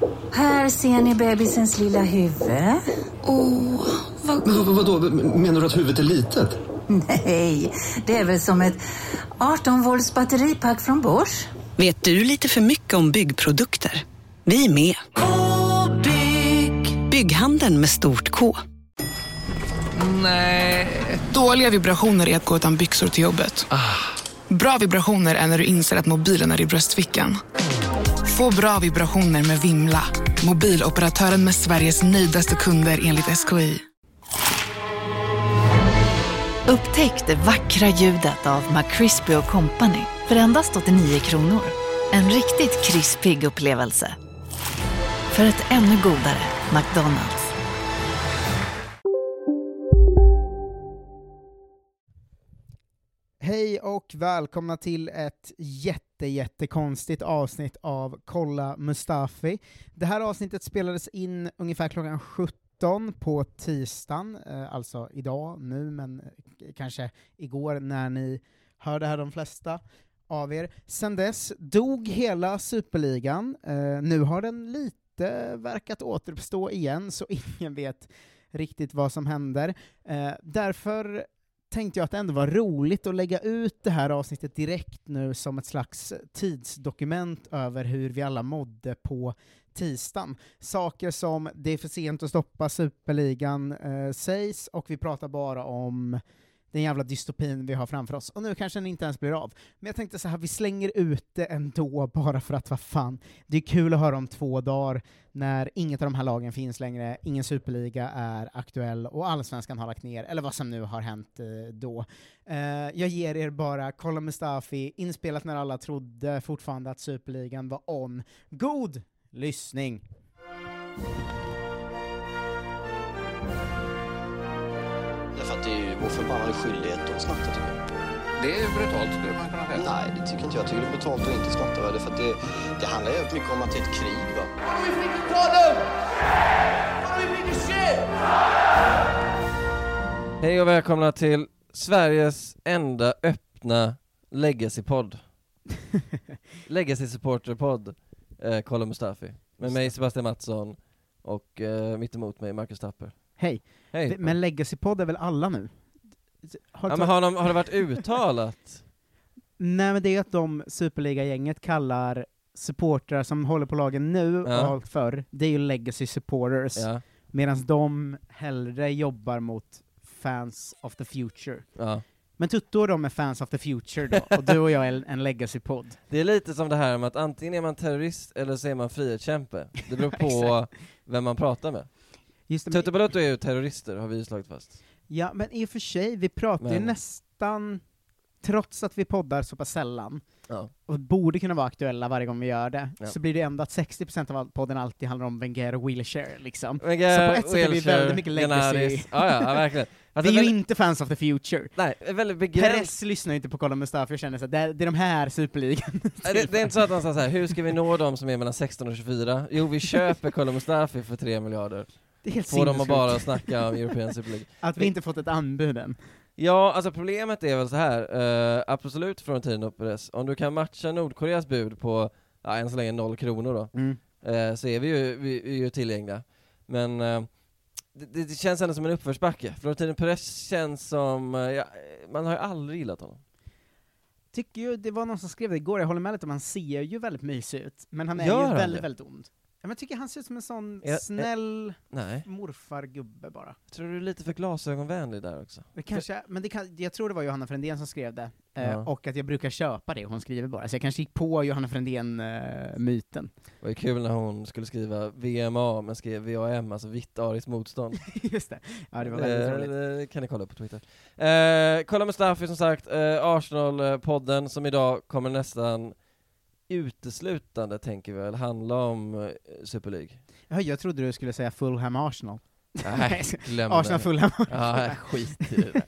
Här ser ni bebisens lilla huvud. Vadå? Menar du att huvudet är litet? Nej, det är väl som ett 18-volts batteripack från Bosch. Vet du lite för mycket om byggprodukter? Vi är med. Bygghandeln med stort K. Nej. Dåliga vibrationer är att gå utan byxor till jobbet. Bra vibrationer är när du inser att mobilen är i bröstfickan. Få bra vibrationer med Vimla. Mobiloperatören med Sveriges nöjdaste kunder enligt SKI. Upptäck det vackra ljudet av McCrispy & Company för endast 89 kronor. En riktigt krispig upplevelse. För ett ännu godare McDonald's. Hej och välkomna till ett jättekonstigt avsnitt av Kolla Mustafi. Det här avsnittet spelades in ungefär klockan 17 på tisdagen, alltså idag, nu, men kanske igår när ni hörde här de flesta av er. Sen dess dog hela Superligan. Nu har den lite verkat återuppstå igen, så ingen vet riktigt vad som händer. Därför tänkte jag att det ändå var roligt att lägga ut det här avsnittet direkt nu som ett slags tidsdokument över hur vi alla mådde på tisdagen. Saker som det är för sent att stoppa Superligan sägs, och vi pratar bara om den jävla dystopin vi har framför oss. Och nu kanske den inte ens blir av. Men jag tänkte så här, vi slänger ut det ändå bara för att, vad fan. Det är kul att höra om 2 dagar när inget av de här lagen finns längre, ingen Superliga är aktuell och Allsvenskan har lagt ner, eller vad som nu har hänt då. Jag ger er bara Kolla Mustafi, inspelat när alla trodde fortfarande att Superligan var on. God lyssning! Därför att det är ju vår förbannade skyldighet att snatta, tycker jag. Det är brutalt, det man kan säga. Nej, det tycker inte jag. Jag tycker det är brutalt att inte snatta. För att det handlar ju mycket om att det är ett krig, va? Hej och välkomna till Sveriges enda öppna Legacy-podd. Legacy-supporter-podd. Kolla Mustafi. Med mig Sebastian Mattsson och mitt emot mig Marcus Tapper. Hej. Hej. Men Legacy-podd är väl alla nu? Har det varit uttalat? Nej, men det är att de Superliga-gänget kallar supportrar som håller på lagen nu och allt förr, det är ju Legacy supporters. Ja. Medan de hellre jobbar mot fans of the future. Ja. Men Tutto och de är fans of the future då, och du och jag är en legacy-podd. Det är lite som det här med att antingen är man terrorist eller så är man frihetskämpe. Det beror på vem man pratar med. Tutto Balotto är ju terrorister, har vi ju slagit fast. Ja, men i och för sig, vi pratar ju nästan, trots att vi poddar så pass sällan, och borde kunna vara aktuella varje gång vi gör det, så blir det ändå att 60% av podden alltid handlar om Wenger och Wilshere, liksom. Wenger, så på ett sätt är vi väldigt mycket legacy. Ja, verkligen. Alltså, vi är ju inte fans of the future. Nej, väldigt begränsat. Perez lyssnar ju inte på Kolla Mustafi och känner så att det är de här Superligan. Det är inte så att han sa så här, hur ska vi nå dem som är mellan 16 och 24? Jo, vi köper Kolla Mustafi för 3 miljarder. Det är helt får dem att bara snacka om European Super League. Att vi inte fått ett anbud än. Ja, alltså problemet är väl så här, absolut från tiden upp Perez. Om du kan matcha Nordkoreas bud på än så länge 0 kronor då, så är vi ju tillgängliga. Men det känns ändå som en uppförsbacke. Florentino Perez känns som, man har ju aldrig gillat honom. Tycker ju, det var någon som skrev det igår, jag håller med lite om, han ser ju väldigt mysig ut, men han är ju väldigt ond. Ja, men jag tycker han ser ut som en sån snäll morfargubbe bara. Jag tror du är lite för glasögonvänlig där också. Det kanske, men jag tror det var Johanna Frändén som skrev det, och att jag brukar köpa det hon skriver bara. Så jag kanske gick på Johanna Frändén-myten. Det var kul när hon skulle skriva VMA men skrev VAM, alltså vitt ariskt motstånd. Just det. Ja, det var väldigt roligt. Det kan ni kolla på Twitter. Kolla Mustafi som sagt, Arsenal-podden som idag kommer nästan uteslutande, tänker vi väl, handla om Super League. Ja, jag trodde du skulle säga Fulham Arsenal. Nej, glöm Arsenal det. Fulham. Ja, skit i det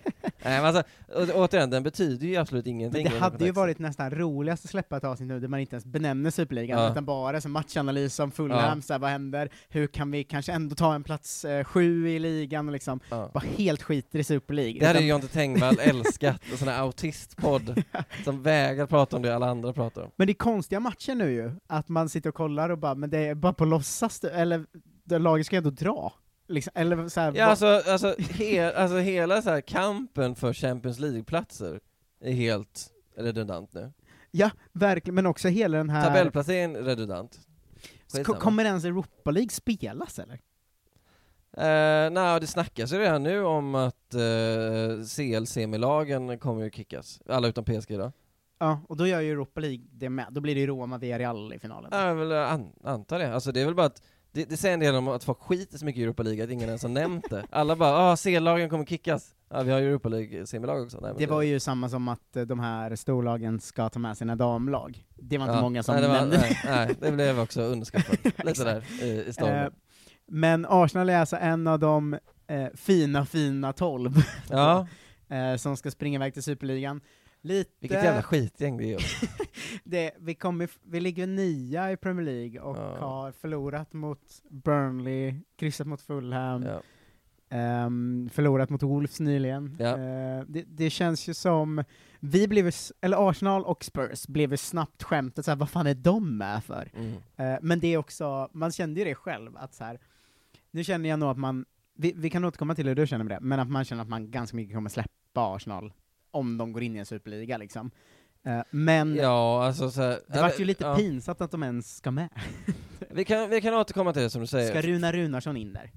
Nej, men alltså, återigen, den betyder ju absolut ingenting. Men det hade ju varit nästan roligast att släppa ett avsnitt nu där man inte ens benämner Superligan, utan bara som matchanalys som Fulham, så här, vad händer, hur kan vi kanske ändå ta en plats 7 i ligan och liksom, bara helt skiter i Superliga. Det hade ju Jonte Tengvall älskat, en sån här autistpodd som vägrar prata om det alla andra pratar om. Men det är konstiga matcher nu ju, att man sitter och kollar och bara, men det är bara på låtsas, eller laget ska ändå dra. Liksom, eller så här, ja, alltså hela så här kampen för Champions League-platser är helt redundant nu. Ja, verkligen, men också hela den här... Tabellplaceringen redundant. Kommer ens Europa League spelas, eller? Nej, det snackas ju redan nu om att CL-semilagen kommer ju kickas. Alla utom PSG då. Ja, och då gör ju Europa League det med. Då blir det ju Roma via Real i finalen. Ja, jag vill anta det. Alltså det är väl bara att det säger en del om att folk skiter så mycket i Europa League att ingen ens har nämnt det. Alla bara, CL-lagen kommer kickas. Ja, vi har ju Europa League-semilag också. Nej, det var ju samma som att de här storlagen ska ta med sina damlag. Det var inte många som nämnde. Nej, det blev också underskattat. Lite där i stormen. Men Arsenal är alltså en av de fina 12 som ska springa iväg till Superligan. Vilket jävla skitgäng det är. Vi ligger 9 i Premier League och har förlorat mot Burnley, kryssat mot Fulham, förlorat mot Wolves nyligen. Det känns ju som Arsenal och Spurs blev snabbt skämtet, så här, vad fan är de med för? Men det är också, man kände ju det själv, att så här, nu känner jag nog att vi kan återkomma till hur du känner med det, men att man känner att man ganska mycket kommer släppa Arsenal om de går in i en superliga liksom. Men alltså, så här, det var ju lite pinsamt att de ens ska med. vi kan återkomma till det som du säger. Ska Runar Runarsson in där?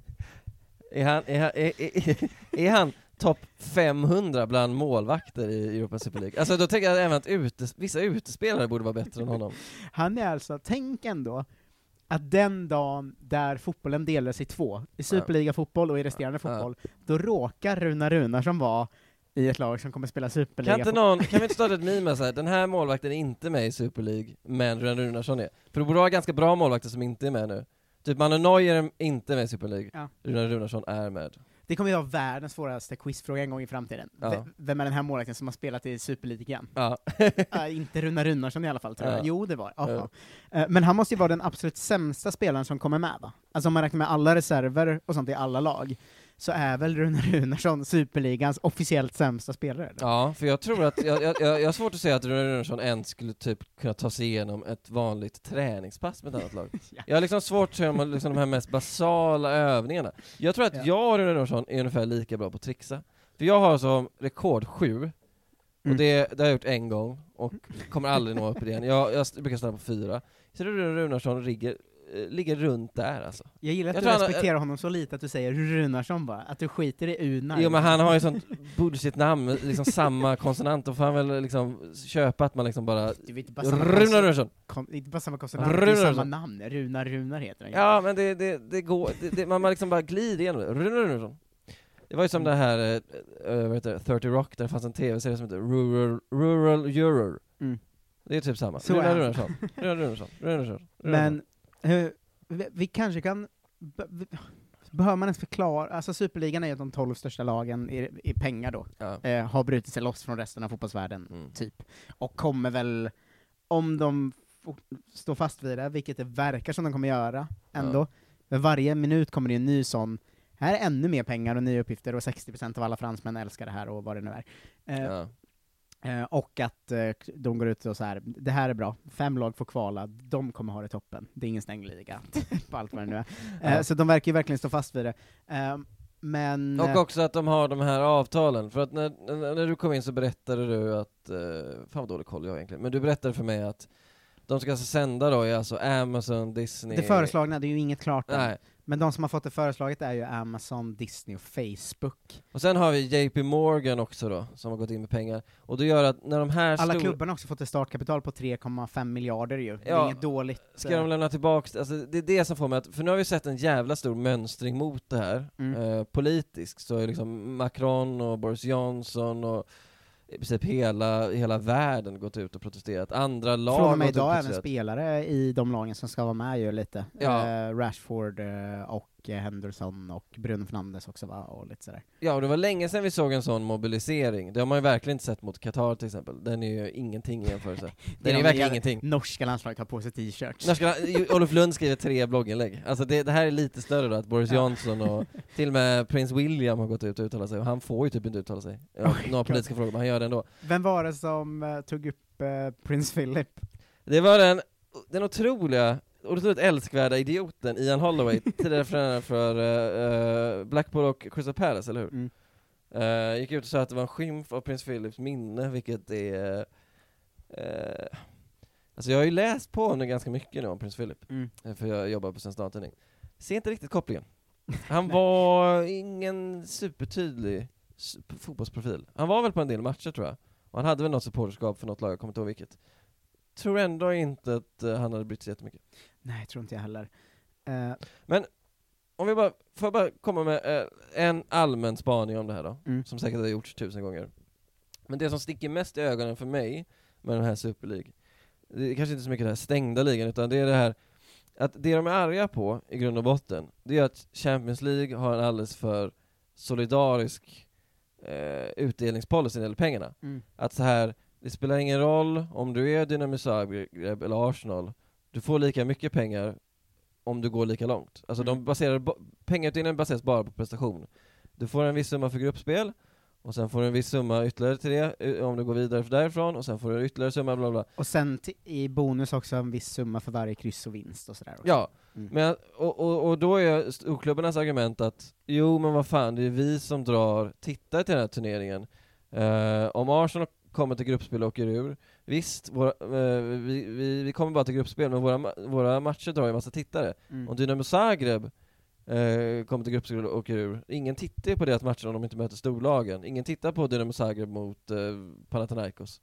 Är han topp 500 bland målvakter i Europa Super League? Alltså då tänker jag även att vissa utespelare borde vara bättre än honom. Han är alltså, tänk ändå att den dagen där fotbollen delas i 2, i Superliga-fotboll och i resterande fotboll, då råkar Runar Runarsson vara i ett lag som kommer spela Superliga. Kan vi inte starta ett meme så här, den här målvakten är inte med i Super League, men Runar Runarsson är. För det borde vara ganska bra målvakter som inte är med nu. Typ Manu Neuer är inte med i Super League. Runar Runarsson är med. Det kommer ju vara världens svåraste quizfråga en gång i framtiden. Vem är den här målvakten som har spelat i Superligan? Inte Runar Runarsson i alla fall, tror jag. Jo, det var. Men han måste ju vara den absolut sämsta spelaren som kommer med, va? Alltså om man räknar med alla reserver och sånt i alla lag, så är väl Runar Runarsson Superligans officiellt sämsta spelare? Eller? Ja, för jag tror att jag har svårt att säga att Runar Runarsson ens skulle typ kunna ta sig igenom ett vanligt träningspass med ett annat lag. Jag har liksom svårt att se liksom de här mest basala övningarna. Jag tror att jag och Runar Runarsson är ungefär lika bra på att trixa. För jag har som rekord 7, och det har jag gjort en gång och kommer aldrig nå upp i det igen. Jag brukar stanna på 4. Så Runar Runarsson ligger runt där alltså. Jag gillar att du respekterar honom så lite att du säger Runarsson bara, att du skiter i Unar. Jo, men han har ju sånt bullshit-namn, liksom samma konsonant, och får han väl liksom köpa att man liksom bara Runar Runarsson. Inte bara samma konsonant, det är samma namn. Runar heter han. Ja, men det går, man liksom bara glider igenom det. Runar Runarsson. Det var ju som det här 30 Rock, där det fanns en tv-serie som heter Rural Juror. Det är typ samma. Runar Runarsson. Men vi kanske kan behöver man ens förklara, alltså Superligan är ju de 12 största lagen i pengar då, har brutit sig loss från resten av fotbollsvärlden typ, och kommer väl, om de står fast vid det, vilket det verkar som de kommer göra ändå, varje minut kommer det en ny sån, här är ännu mer pengar och nya uppgifter, och 60% av alla fransmän älskar det här och vad det nu är. Och att de går ut och så här, det här är bra, 5 lag får kvala, de kommer ha det toppen, det är ingen stängd liga på allt vad det nu är. Så de verkar ju verkligen stå fast vid det. Men och också att de har de här avtalen, för att när du kom in så berättade du att fan vad dålig koll jag egentligen, men du berättade för mig att de ska sända då i alltså Amazon, Disney. Det föreslagna, det är ju inget klart. Nej. Men de som har fått det föreslaget är ju Amazon, Disney och Facebook. Och sen har vi JP Morgan också då, som har gått in med pengar. Och det gör att när de här alla klubbarna har också fått ett startkapital på 3,5 miljarder ju. Det är inget dåligt. Ska de lämna tillbaka, alltså det är det som får mig att, för nu har vi sett en jävla stor mönstring mot det här. Politiskt så är liksom Macron och Boris Johnson och i princip hela världen gått ut och protesterat. Andra lag från och med idag även spelare i de lagen som ska vara med ju lite. Rashford och Henderson och Bruno Fernandes också och lite sådär. Ja, och det var länge sedan vi såg en sån mobilisering. Det har man ju verkligen inte sett mot Qatar till exempel. Den är ju ingenting i jämförelse. Den är verkligen ingenting. Norska landslaget har på sig t-shirts. Olof Lund skriver 3 blogginlägg. Alltså det här är lite större då, att Boris Johnson och till och med Prins William har gått ut och uttalat sig, och han får ju typ inte uttala sig. Några politiska frågor, men han gör det ändå. Vem var det som tog upp Prins Philip? Det var den otroligt älskvärda idioten Ian Holloway, tidigare för Blackpool och Crystal Palace, eller hur? Gick ut och sa att det var en skymf av Prins Philips minne, vilket är... alltså jag har ju läst på honom ganska mycket nu om Prins Philip, för jag jobbar på Svenska Dagtidning. Ser inte riktigt kopplingen. Han var ingen supertydlig fotbollsprofil. Han var väl på en del matcher, tror jag. Och han hade väl något supporterskap för något lag, jag kommer inte ihåg vilket. Tror ändå inte att han hade brytt sig jättemycket. Nej, tror inte jag heller. Men om vi får bara komma med en allmän spaning om det här då, som säkert har gjorts 1000 gånger. Men det som sticker mest i ögonen för mig med den här Super League, det är kanske inte så mycket den här stängda ligan, utan det är det här att det de är arga på i grund och botten, det är att Champions League har en alldeles för solidarisk utdelningspolicy när det gäller pengarna. Att så här, det spelar ingen roll om du är Dynamo Zagreb eller Arsenal, du får lika mycket pengar om du går lika långt. Alltså pengautdelningen baseras bara på prestation. Du får en viss summa för gruppspel, och sen får du en viss summa ytterligare till det om du går vidare därifrån, och sen får du ytterligare summa bla bla. Och sen i bonus också en viss summa för varje kryss och vinst och sådär också. Ja, men, och då är storklubbarnas argument att jo, men vad fan, det är vi som drar tittare till den här turneringen. Om Arsenal kommer till gruppspel och åker ur, visst, vi kommer bara till gruppspel, men våra matcher drar ju en massa tittare. Om Dynamo Zagreb kommer till gruppspel och åker ur, ingen tittar på deras matcher om de inte möter storlagen. Ingen tittar på Dynamo Zagreb mot Panathinaikos.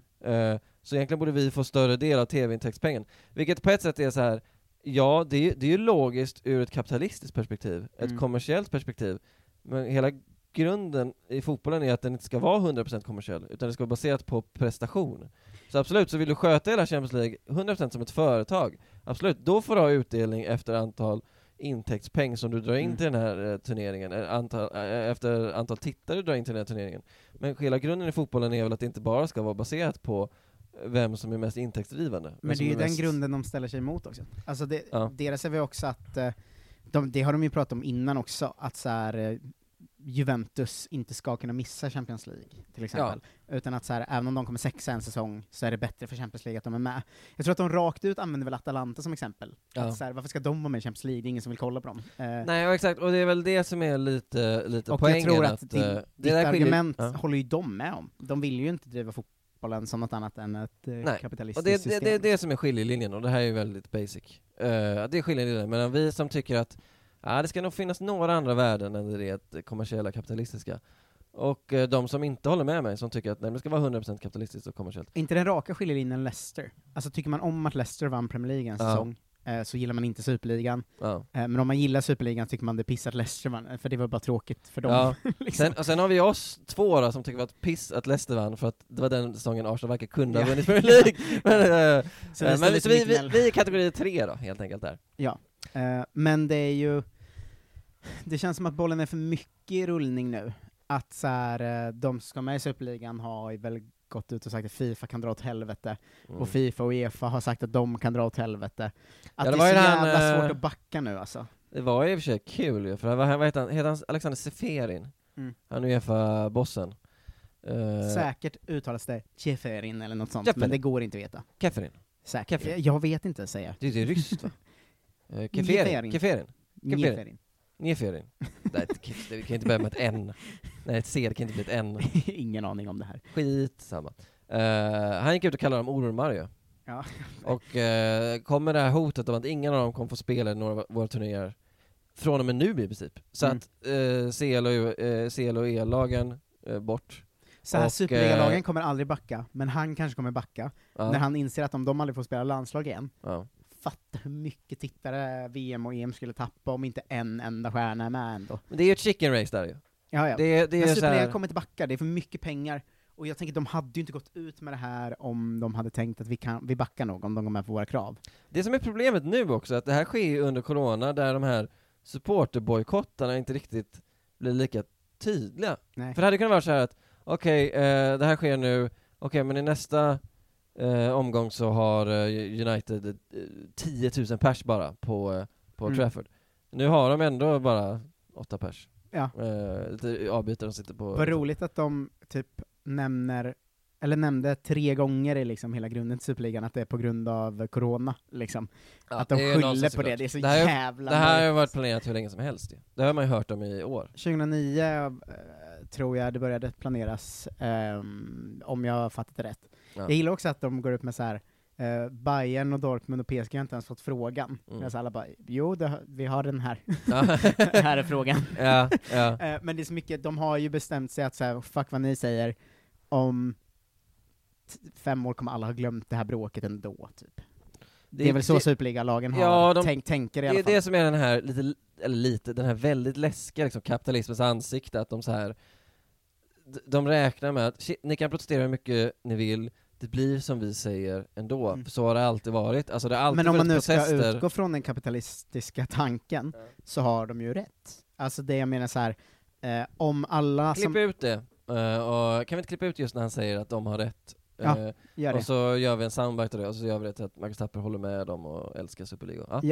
Så egentligen borde vi få större del av tv-intäktspengen, vilket på ett sätt är så här. Ja, det är ju logiskt ur ett kapitalistiskt perspektiv, ett kommersiellt perspektiv, men hela grunden i fotbollen är att den inte ska vara 100% kommersiell, utan det ska vara baserat på prestation. Så absolut, så vill du sköta hela Champions League 100% som ett företag, absolut, då får du ha utdelning efter antal intäktspeng som du drar in till den här turneringen, efter antal tittare du drar in till den här turneringen. Men hela grunden i fotbollen är väl att det inte bara ska vara baserat på vem som är mest intäktsdrivande. Men det är ju den grunden de ställer sig emot också. Alltså deras är väl också att det har de ju pratat om innan också, att så här, Juventus inte ska kunna missa Champions League till exempel, utan att så här, även om de kommer 6 en säsong så är det bättre för Champions League att de är med. Jag tror att de rakt ut använder väl Atalanta som exempel. Att så här, varför ska de vara med i Champions League? Det är ingen som vill kolla på dem. Nej, exakt, och det är väl det som är lite och poängen. Jag tror att ditt argument håller ju de med om. De vill ju inte driva fotbollen som något annat än ett kapitalistiskt system. Det är det som är skiljelinjen, och det här är ju väldigt basic. Det är skiljelinjen, men vi som tycker att det ska nog finnas några andra värden än det kommersiella kapitalistiska. Och de som inte håller med mig, som tycker att det ska vara 100% kapitalistiskt och kommersiellt. Inte den raka skiljelinjen Leicester. Alltså tycker man om att Leicester vann Premier League en säsong, så gillar man inte Superligan. Men om man gillar Superligan tycker man det är piss att Leicester vann, för det var bara tråkigt för dem. liksom. Sen har vi oss två då, som tycker att piss att Leicester vann, för att det var den säsongen Arsenal verkar kunde ha vunnit Premier League. Men vi är kategori 3 då, helt enkelt där. Ja, men det är ju... Det känns som att bollen är för mycket i rullning nu. Att så här, de som är i Superligan har väl gått ut och sagt att FIFA kan dra åt helvete. Och FIFA och UEFA har sagt att de kan dra åt helvete. Att det är så jävla svårt att backa nu alltså. Det var i och för sig kul ju, för vad heter han? Alexander Seferin. Han är UEFA-bossen. Säkert uttalas det Ceferin eller något sånt, men det går inte att veta. Keferin. Säkert. Jag vet inte säga. Det är ryskt va? Keferin. Neferin. Nej, det kan inte börja med ett N. Nej, ett C, det kan inte bli ett N. Ingen aning om det här. Skitsamma. Han gick ut och kallade dem ormar ju. Ja. Och kommer det här hotet om att ingen av dem kommer få spela i några av våra turnéer från och med nu i princip. Så att CL och E-lagen bort. Så här, Superliga-lagen kommer aldrig backa, men han kanske kommer backa när han inser att om de aldrig får spela landslag igen. Fatta hur mycket tittare VM och EM skulle tappa om inte en enda stjärna är med ändå. Men det är ju ett chicken race där ju. Ja. Det men är Superliga kommer inte backa, det är för mycket pengar. Och jag tänker, de hade ju inte gått ut med det här om de hade tänkt att vi backar nog om de går med på våra krav. Det som är problemet nu också, att det här sker under corona, där de här supporterbojkottarna inte riktigt blir lika tydliga. Nej. För det hade kunnat vara så här att det här sker nu, men i nästa omgång så har United 10 000 pers bara på Trafford. Nu har de ändå bara 8 pers. Ja. Lite avbytare som sitter på... Vad roligt att de typ nämnde 3 gånger i liksom hela grunden till Superligan att det är på grund av corona liksom. Ja, att de skyller på det. Det är så jävla... Det här har varit planerat hur länge som helst. Det har man ju hört om i år. 2009 tror jag det började planeras, om jag har fattat det rätt. Ja. Jag gillar också att de går upp med så här Bayern och Dortmund och PSG har inte ens fått frågan. Så alla bara, jo, vi har den här. Här är frågan. Men det är så mycket, de har ju bestämt sig att så här, fuck vad ni säger, om 5 år kommer alla ha glömt det här bråket ändå, typ. Det är väl så Superliga-lagen har tänker i alla fall. Det är det som är den här den här väldigt läskiga liksom, kapitalismens ansikte, att de så här de räknar med att ni kan protestera hur mycket ni vill, det blir som vi säger ändå, för så har det alltid varit. Alltså det är alltid. Men om man nu ska utgå från den kapitalistiska tanken så har de ju rätt. Alltså det jag menar så här, om alla Klipp ut det, och kan vi inte klippa ut just när han säger att de har rätt? Gör det. Och så gör vi en soundbite av det, och så gör vi det till att Marcus Tapper håller med dem och älskar Superliga.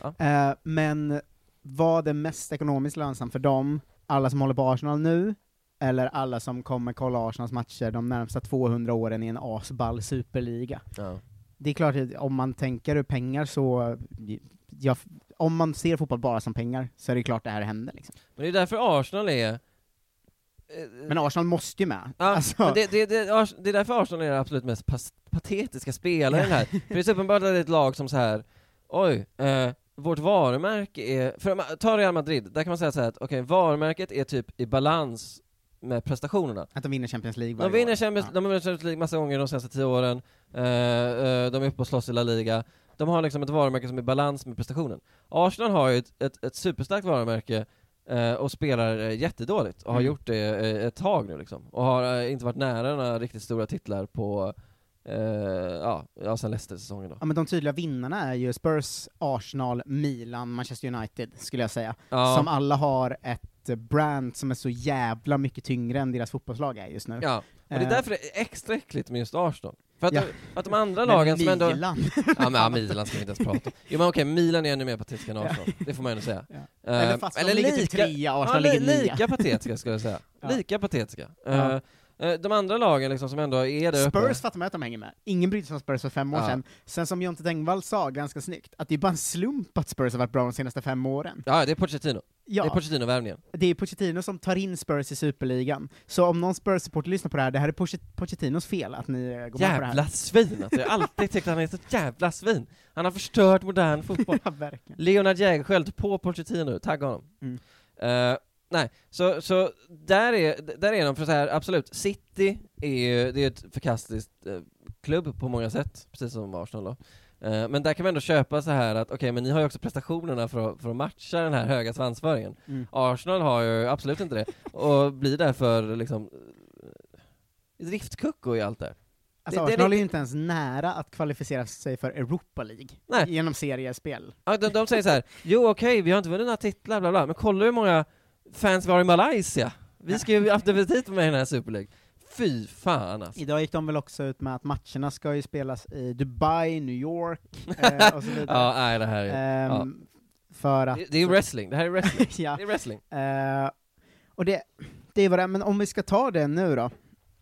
Men vad är mest ekonomiskt lönsamt för dem? Alla som håller på Arsenal nu, eller alla som kommer kolla Arsenals matcher de närmsta 200 åren i en asball Superliga? Det är klart att om man tänker pengar så... om man ser fotboll bara som pengar så är det klart det här händer. Liksom. Men det är därför Arsenal är... Men Arsenal måste ju med. Ja, alltså. Det är därför Arsenal är det absolut mest patetiska spelaren här. För det är så uppenbart att det är ett lag som så här, vårt varumärke är... Ta Real Madrid, där kan man säga så här att varumärket är typ i balans med prestationerna. Att de vinner Champions League varje år. De vinner Champions League massa gånger de senaste 10 åren. De är uppe och slåss i La Liga. De har liksom ett varumärke som är i balans med prestationen. Arsenal har ju ett superstarkt varumärke och spelar jättedåligt och har gjort det ett tag nu liksom. Och har inte varit nära några riktigt stora titlar på sen Leicester-säsongen då. Ja, men de tydliga vinnarna är ju Spurs, Arsenal, Milan, Manchester United skulle jag säga. Som alla har ett brand som är så jävla mycket tyngre än deras fotbollslag är just nu. Ja, och det är därför det är extra äckligt med just Arsenal. För att de andra lagen som ändå... Milan ska vi inte ens prata om. Jo men Milan är ännu mer patetiska än Arsenal. Det får man ändå säga. Eller fast de ligger typ 3, Arsenal ligger 9. Lika patetiska skulle jag säga. Lika patetiska. De andra lagen liksom, som ändå är där uppe. Spurs fattar man att de hänger med. Ingen brydde sig om Spurs för 5 år sedan. Sen som Jonte Tengvall sa ganska snyggt, att det är bara en slump att Spurs har varit bra de senaste 5 åren. Ja, det är Pochettino. Det är Pochettino-värvningen. Det är Pochettino som tar in Spurs i Superligan. Så om någon Spurs-supporter lyssnar på det här är Pochettinos fel att ni går med på det här. Jävla svin! Alltså, jag har alltid tyckt att han är så jävla svin. Han har förstört modern fotboll. Ja, verkligen. Leonard Jägerskiöld på Pochettino, tagga honom. Nej, så där är de, för så här, absolut. City det är ett förkastligt klubb på många sätt, precis som Arsenal då. Men där kan man ändå köpa så här att men ni har ju också prestationerna för att matcha den här höga svansföringen. Arsenal har ju absolut inte det och blir därför liksom driftkucko i allt där. Alltså Arsenal är ju inte ens nära att kvalificera sig för Europa League genom seriespel. Ja, de säger så här: vi har inte vunnit några titlar, bla bla, men kolla hur många fans vi har i Malaysia. Vi ska ju definitivt med i den här Super League. Fy fan alltså. Idag gick de väl också ut med att matcherna ska ju spelas i Dubai, New York och så vidare. Det här är... För att... Det är wrestling, det här är wrestling. Det är wrestling. Och det är vad det är, men om vi ska ta det nu då.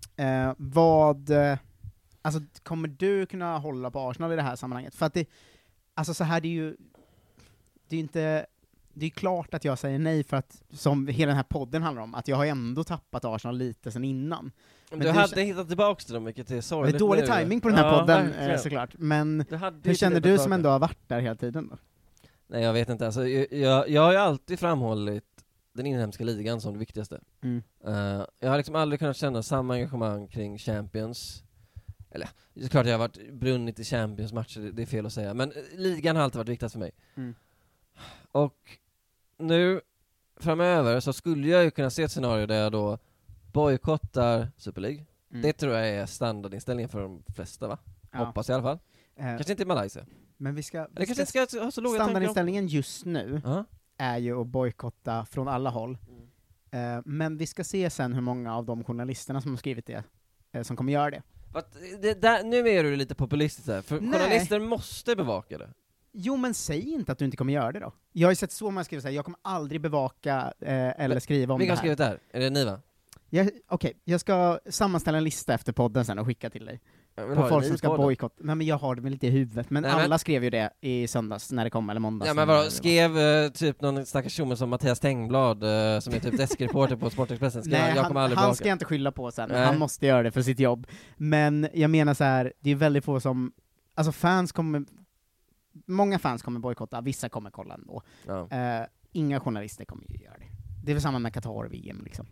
Alltså kommer du kunna hålla på Arsenal i det här sammanhanget? För att alltså så här, det är inte... Det är klart att jag säger nej, för att som hela den här podden handlar om, att jag har ändå tappat Arsenal lite sen innan. Men du hade hittat tillbaka till dem, vilket är sorgligt. Det är dålig timing på den här podden såklart. Men hur känner du som ändå har varit där hela tiden då? Nej, jag vet inte. Alltså, jag har ju alltid framhållit den inhemska ligan som det viktigaste. Jag har liksom aldrig kunnat känna samma engagemang kring Champions. Eller, det är klart jag har varit brunnit i Champions-matcher, det är fel att säga. Men ligan har alltid varit viktigast för mig. Och nu framöver så skulle jag ju kunna se ett scenario där jag då bojkottar Super League. Det tror jag är standardinställningen för de flesta, va? Hoppas i alla fall. Kanske inte i Malaysia. Men vi ska ha så låga standardinställningen just nu är ju att bojkotta från alla håll. Men vi ska se sen hur många av de journalisterna som har skrivit det som kommer göra det. Nu är du lite populistisk här, för journalister måste bevaka det. Jo, men säg inte att du inte kommer göra det då. Jag har ju sett så många skriva såhär, jag kommer aldrig bevaka eller skriva om det här. Vilka har skrivit det här? Är det ni, va? Okej, jag ska sammanställa en lista efter podden sen och skicka till dig. På folk som ska bojkotta. Nej, men jag har det väl lite i huvudet. Men alla skrev ju det i söndags när det kom, eller måndags. Ja, men vadå, skrev typ någon stackars tjomme som Mattias Tengblad, som är typ deskreporter på Sportexpressen. Nej, han ska jag inte skylla på sen. Nej. Han måste göra det för sitt jobb. Men jag menar så här, det är väldigt få som, alltså många fans kommer bojkotta, vissa kommer kolla ändå. Ja. Inga journalister kommer ju göra det. Det är väl samma med Qatar-VM liksom.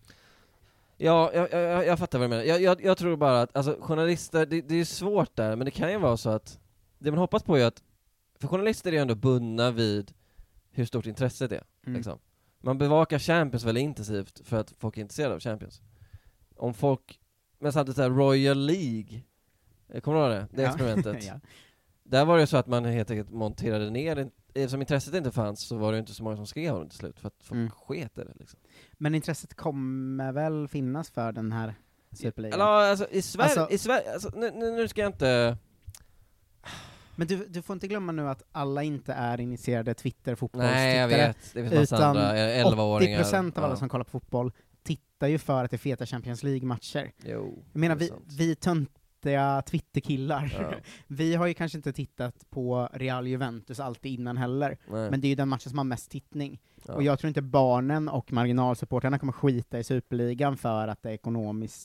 Ja, jag fattar vad du menar. Jag tror bara att, alltså, journalister, det är svårt där, men det kan ju vara så att det man hoppas på är att, för journalister är ju ändå bundna vid hur stort intresset är. Liksom. Man bevakar Champions väldigt intensivt för att folk är intresserade av Champions. Om folk, men samtidigt så här, Royal League, kommer du ihåg det? Det experimentet. Ja. Där var det så att man helt enkelt monterade ner, eftersom intresset inte fanns så var det inte så många som skrev om det till slut, för att folk sket det liksom. Men intresset kommer väl finnas för den här Superligan? Ja, alltså i Sverige, alltså, nu ska jag inte... Men du får inte glömma nu att alla inte är initierade Twitter-fotbollstittare. Nej, jag vet. Det finns massa andra 11-åringar. 80% av alla som kollar på fotboll tittar ju för att det är feta Champions League-matcher. Jo, jag menar, vi Twitterkillar. Ja. Vi har ju kanske inte tittat på Real Juventus alltid innan heller. Nej. Men det är ju den matchen som har mest tittning. Ja. Och jag tror inte barnen och marginalsupporterna kommer skita i Superligan för att det är ekonomiskt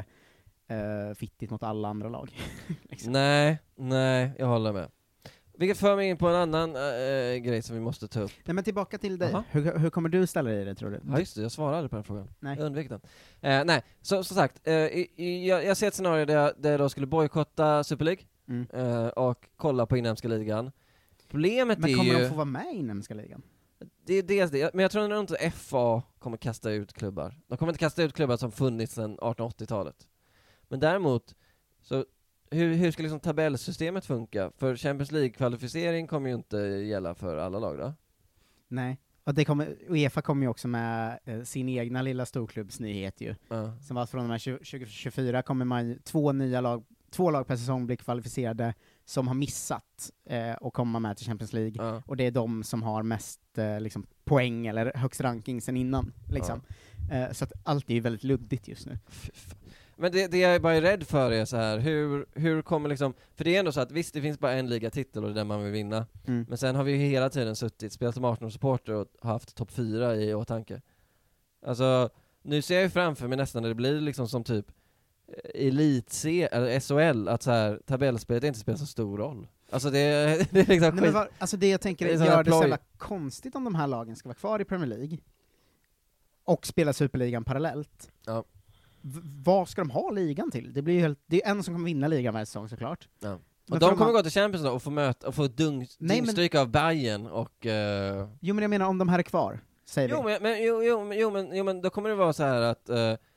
fittigt mot alla andra lag. Liksom. Nej, jag håller med. Vilket för mig in på en annan grej som vi måste ta upp. Nej, men tillbaka till dig. Hur kommer du ställa dig i det, tror du? Ja, just det, jag svarade aldrig på den frågan. Nej. Jag undvek den. Nej, så sagt, jag ser ett scenario där jag då skulle bojkotta Super League och kolla på inhemska ligan. Problemet är ju... Men kommer de få vara med i inhemska ligan? Det är dels det, men jag tror nog inte FA kommer kasta ut klubbar. De kommer inte kasta ut klubbar som funnits sedan 1880-talet. Men däremot, så hur ska liksom tabellsystemet funka? För Champions League-kvalificering kommer ju inte gälla för alla lag då? Nej, och UEFA kommer ju också med sin egna lilla storklubbsnyhet ju. Som var från de här 2024 kommer man två lag per säsong blir kvalificerade som har missat och komma med till Champions League. Och det är de som har mest liksom, poäng eller högst ranking sen innan. Liksom. Så att allt är ju väldigt luddigt just nu. Men det jag är bara rädd för är så här, hur kommer liksom, för det är ändå så att visst, det finns bara en ligatitel och det är den man vill vinna. Men sen har vi ju hela tiden spelat som 18-supporter och haft topp 4 i åtanke. Alltså, nu ser jag ju framför mig nästan när det blir liksom som typ Elite-C eller SHL, att så här, tabellspelet inte spelar så stor roll. Alltså det är liksom... Nej, men alltså det jag tänker gör det så jävla konstigt om de här lagen ska vara kvar i Premier League och spela Superligan parallellt. Ja. Vad ska de ha ligan till? Det blir ju det är en som kommer vinna ligan varje säsong såklart. Ja. Och de kommer gå till Champions då och få möta och få dyngstryk av Bayern och Jo, men jag menar om de här är kvar, säger vi. Jo, men då kommer det vara så här att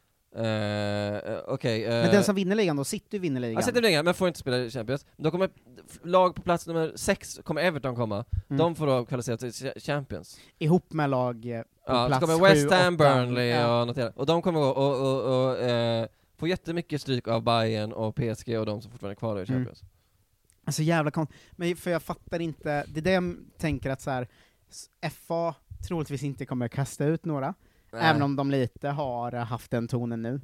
men den som vinner ligan då, City vinner ligan. Ja, City ligan, men får inte spela Champions. Då kommer lag på plats nummer 6, kommer Everton komma. De får då kvalificera till Champions. Ihop med lag på plats 7, kommer West Ham, Burnley och något annat. Och de kommer gå och få jättemycket stryk av Bayern och PSG och de som fortfarande är kvar i Champions. Alltså jävla men för jag fattar inte, det är det jag tänker att så här, FA troligtvis inte kommer kasta ut några. Nej. Även om de lite har haft den tonen nu.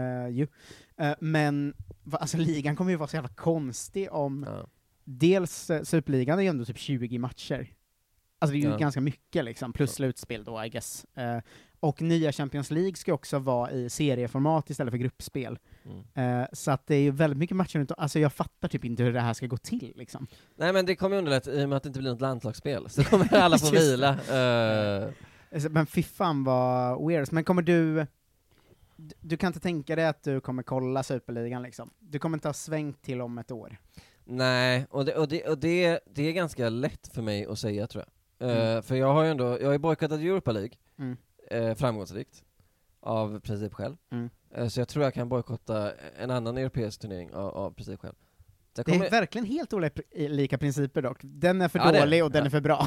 Men alltså, ligan kommer ju vara så jävla konstig om... Dels Superligan är ju ändå typ 20 matcher. Alltså det är ju ganska mycket liksom, plus slutspel då, I guess. Och nya Champions League ska också vara i serieformat istället för gruppspel. Så att det är ju väldigt mycket matcher. Alltså jag fattar typ inte hur det här ska gå till liksom. Nej, men det kommer ju underlätta i och med att det inte blir något landslagsspel. Så kommer alla få vila. Men fy fan vad weird. Men kommer du kan inte tänka dig att du kommer kolla Superligan liksom? Du kommer inte ha svängt till om ett år? Nej, och det är ganska lätt för mig att säga, tror jag. För jag har ju bojkottat Europa League framgångsrikt av princip själv. Så jag tror jag kan bojkotta en annan europeisk turnering av princip själv. Det är verkligen helt olika principer dock. Den är för dålig och den är för bra.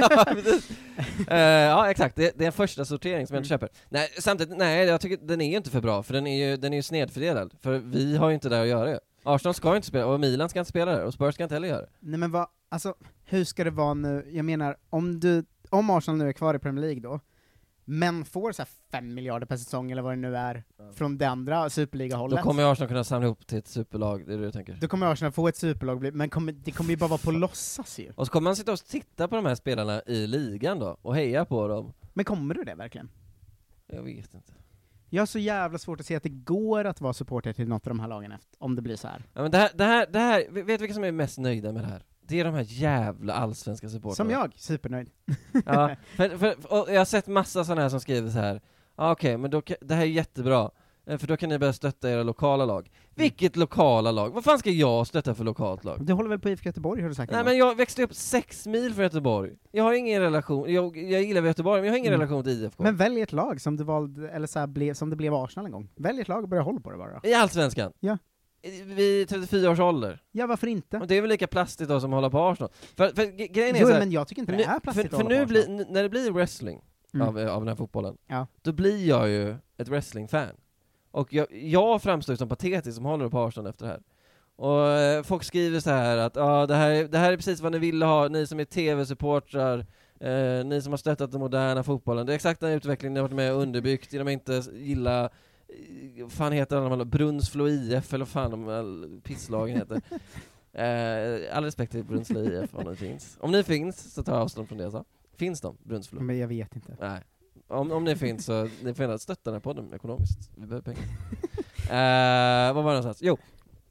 Ja, exakt. Det är en första sortering som jag inte köper. Nej, samtidigt, jag tycker den är ju inte för bra, för den är ju snedfördelad. För vi har ju inte där att göra det. Arsenal ska inte spela, och Milan ska inte spela där, och Spurs ska inte heller göra det. Nej men hur ska det vara nu? Jag menar, om Arsenal nu är kvar i Premier League då, men får så här 5 miljarder per säsong eller vad det nu är från det andra superliga-hållet. Då kommer Arsenal kunna samla ihop till ett superlag, det är det du tänker? Då kommer Arsenal få ett superlag, men det kommer ju bara vara på låtsas ju. Och så kommer man sitta och titta på de här spelarna i ligan då, och heja på dem. Men kommer du det verkligen? Jag vet inte. Jag har så jävla svårt att se att det går att vara supporter till något av de här lagen om det blir så här. Ja, men det här, vet du vilka som är mest nöjda med det här? Det är de här jävla allsvenska supporterna. Som jag, supernöjd. Ja, och jag har sett massa sådana här som skriver så här. Okej, men det här är jättebra. För då kan ni börja stötta era lokala lag. Vilket lokala lag? Vad fan ska jag stötta för lokalt lag? Du håller väl på IFK Göteborg, har du sagt? Nej, men jag växte upp 6 mil från Göteborg. Jag har ingen relation. Jag gillar Göteborg, men jag har ingen relation till IFK. Men välj ett lag som du valde, eller så här, som det blev Arsenal en gång. Välj ett lag och börja hålla på det bara. I Allsvenskan? Ja. Vid 34 års ålder. Ja, varför inte? Och det är väl lika plastigt då som hålla på Arsenal. För grejen är så här, men jag tycker inte det är plastigt för nu när det blir wrestling av den här fotbollen, då blir jag ju ett wrestling-fan. Och jag framstår som patetisk som håller på Arsenal efter det här. Och folk skriver så här att det här är precis vad ni ville ha, ni som är tv-supportrar, ni som har stöttat den moderna fotbollen. Det är exakt den utvecklingen ni har varit med och underbyggt. De inte gillar, fan heter de, Brunnsflo IF eller fan de pisslagen heter. All respekt till Brunnsflo IF om det finns. Om ni finns så tar jag avstånd från det så. Finns de, Brunnsflo? Men jag vet inte. Nej. Om ni finns så ni får gärna stötta den här podden ekonomiskt. Vi behöver pengar. Vad var det någonstans? Jo.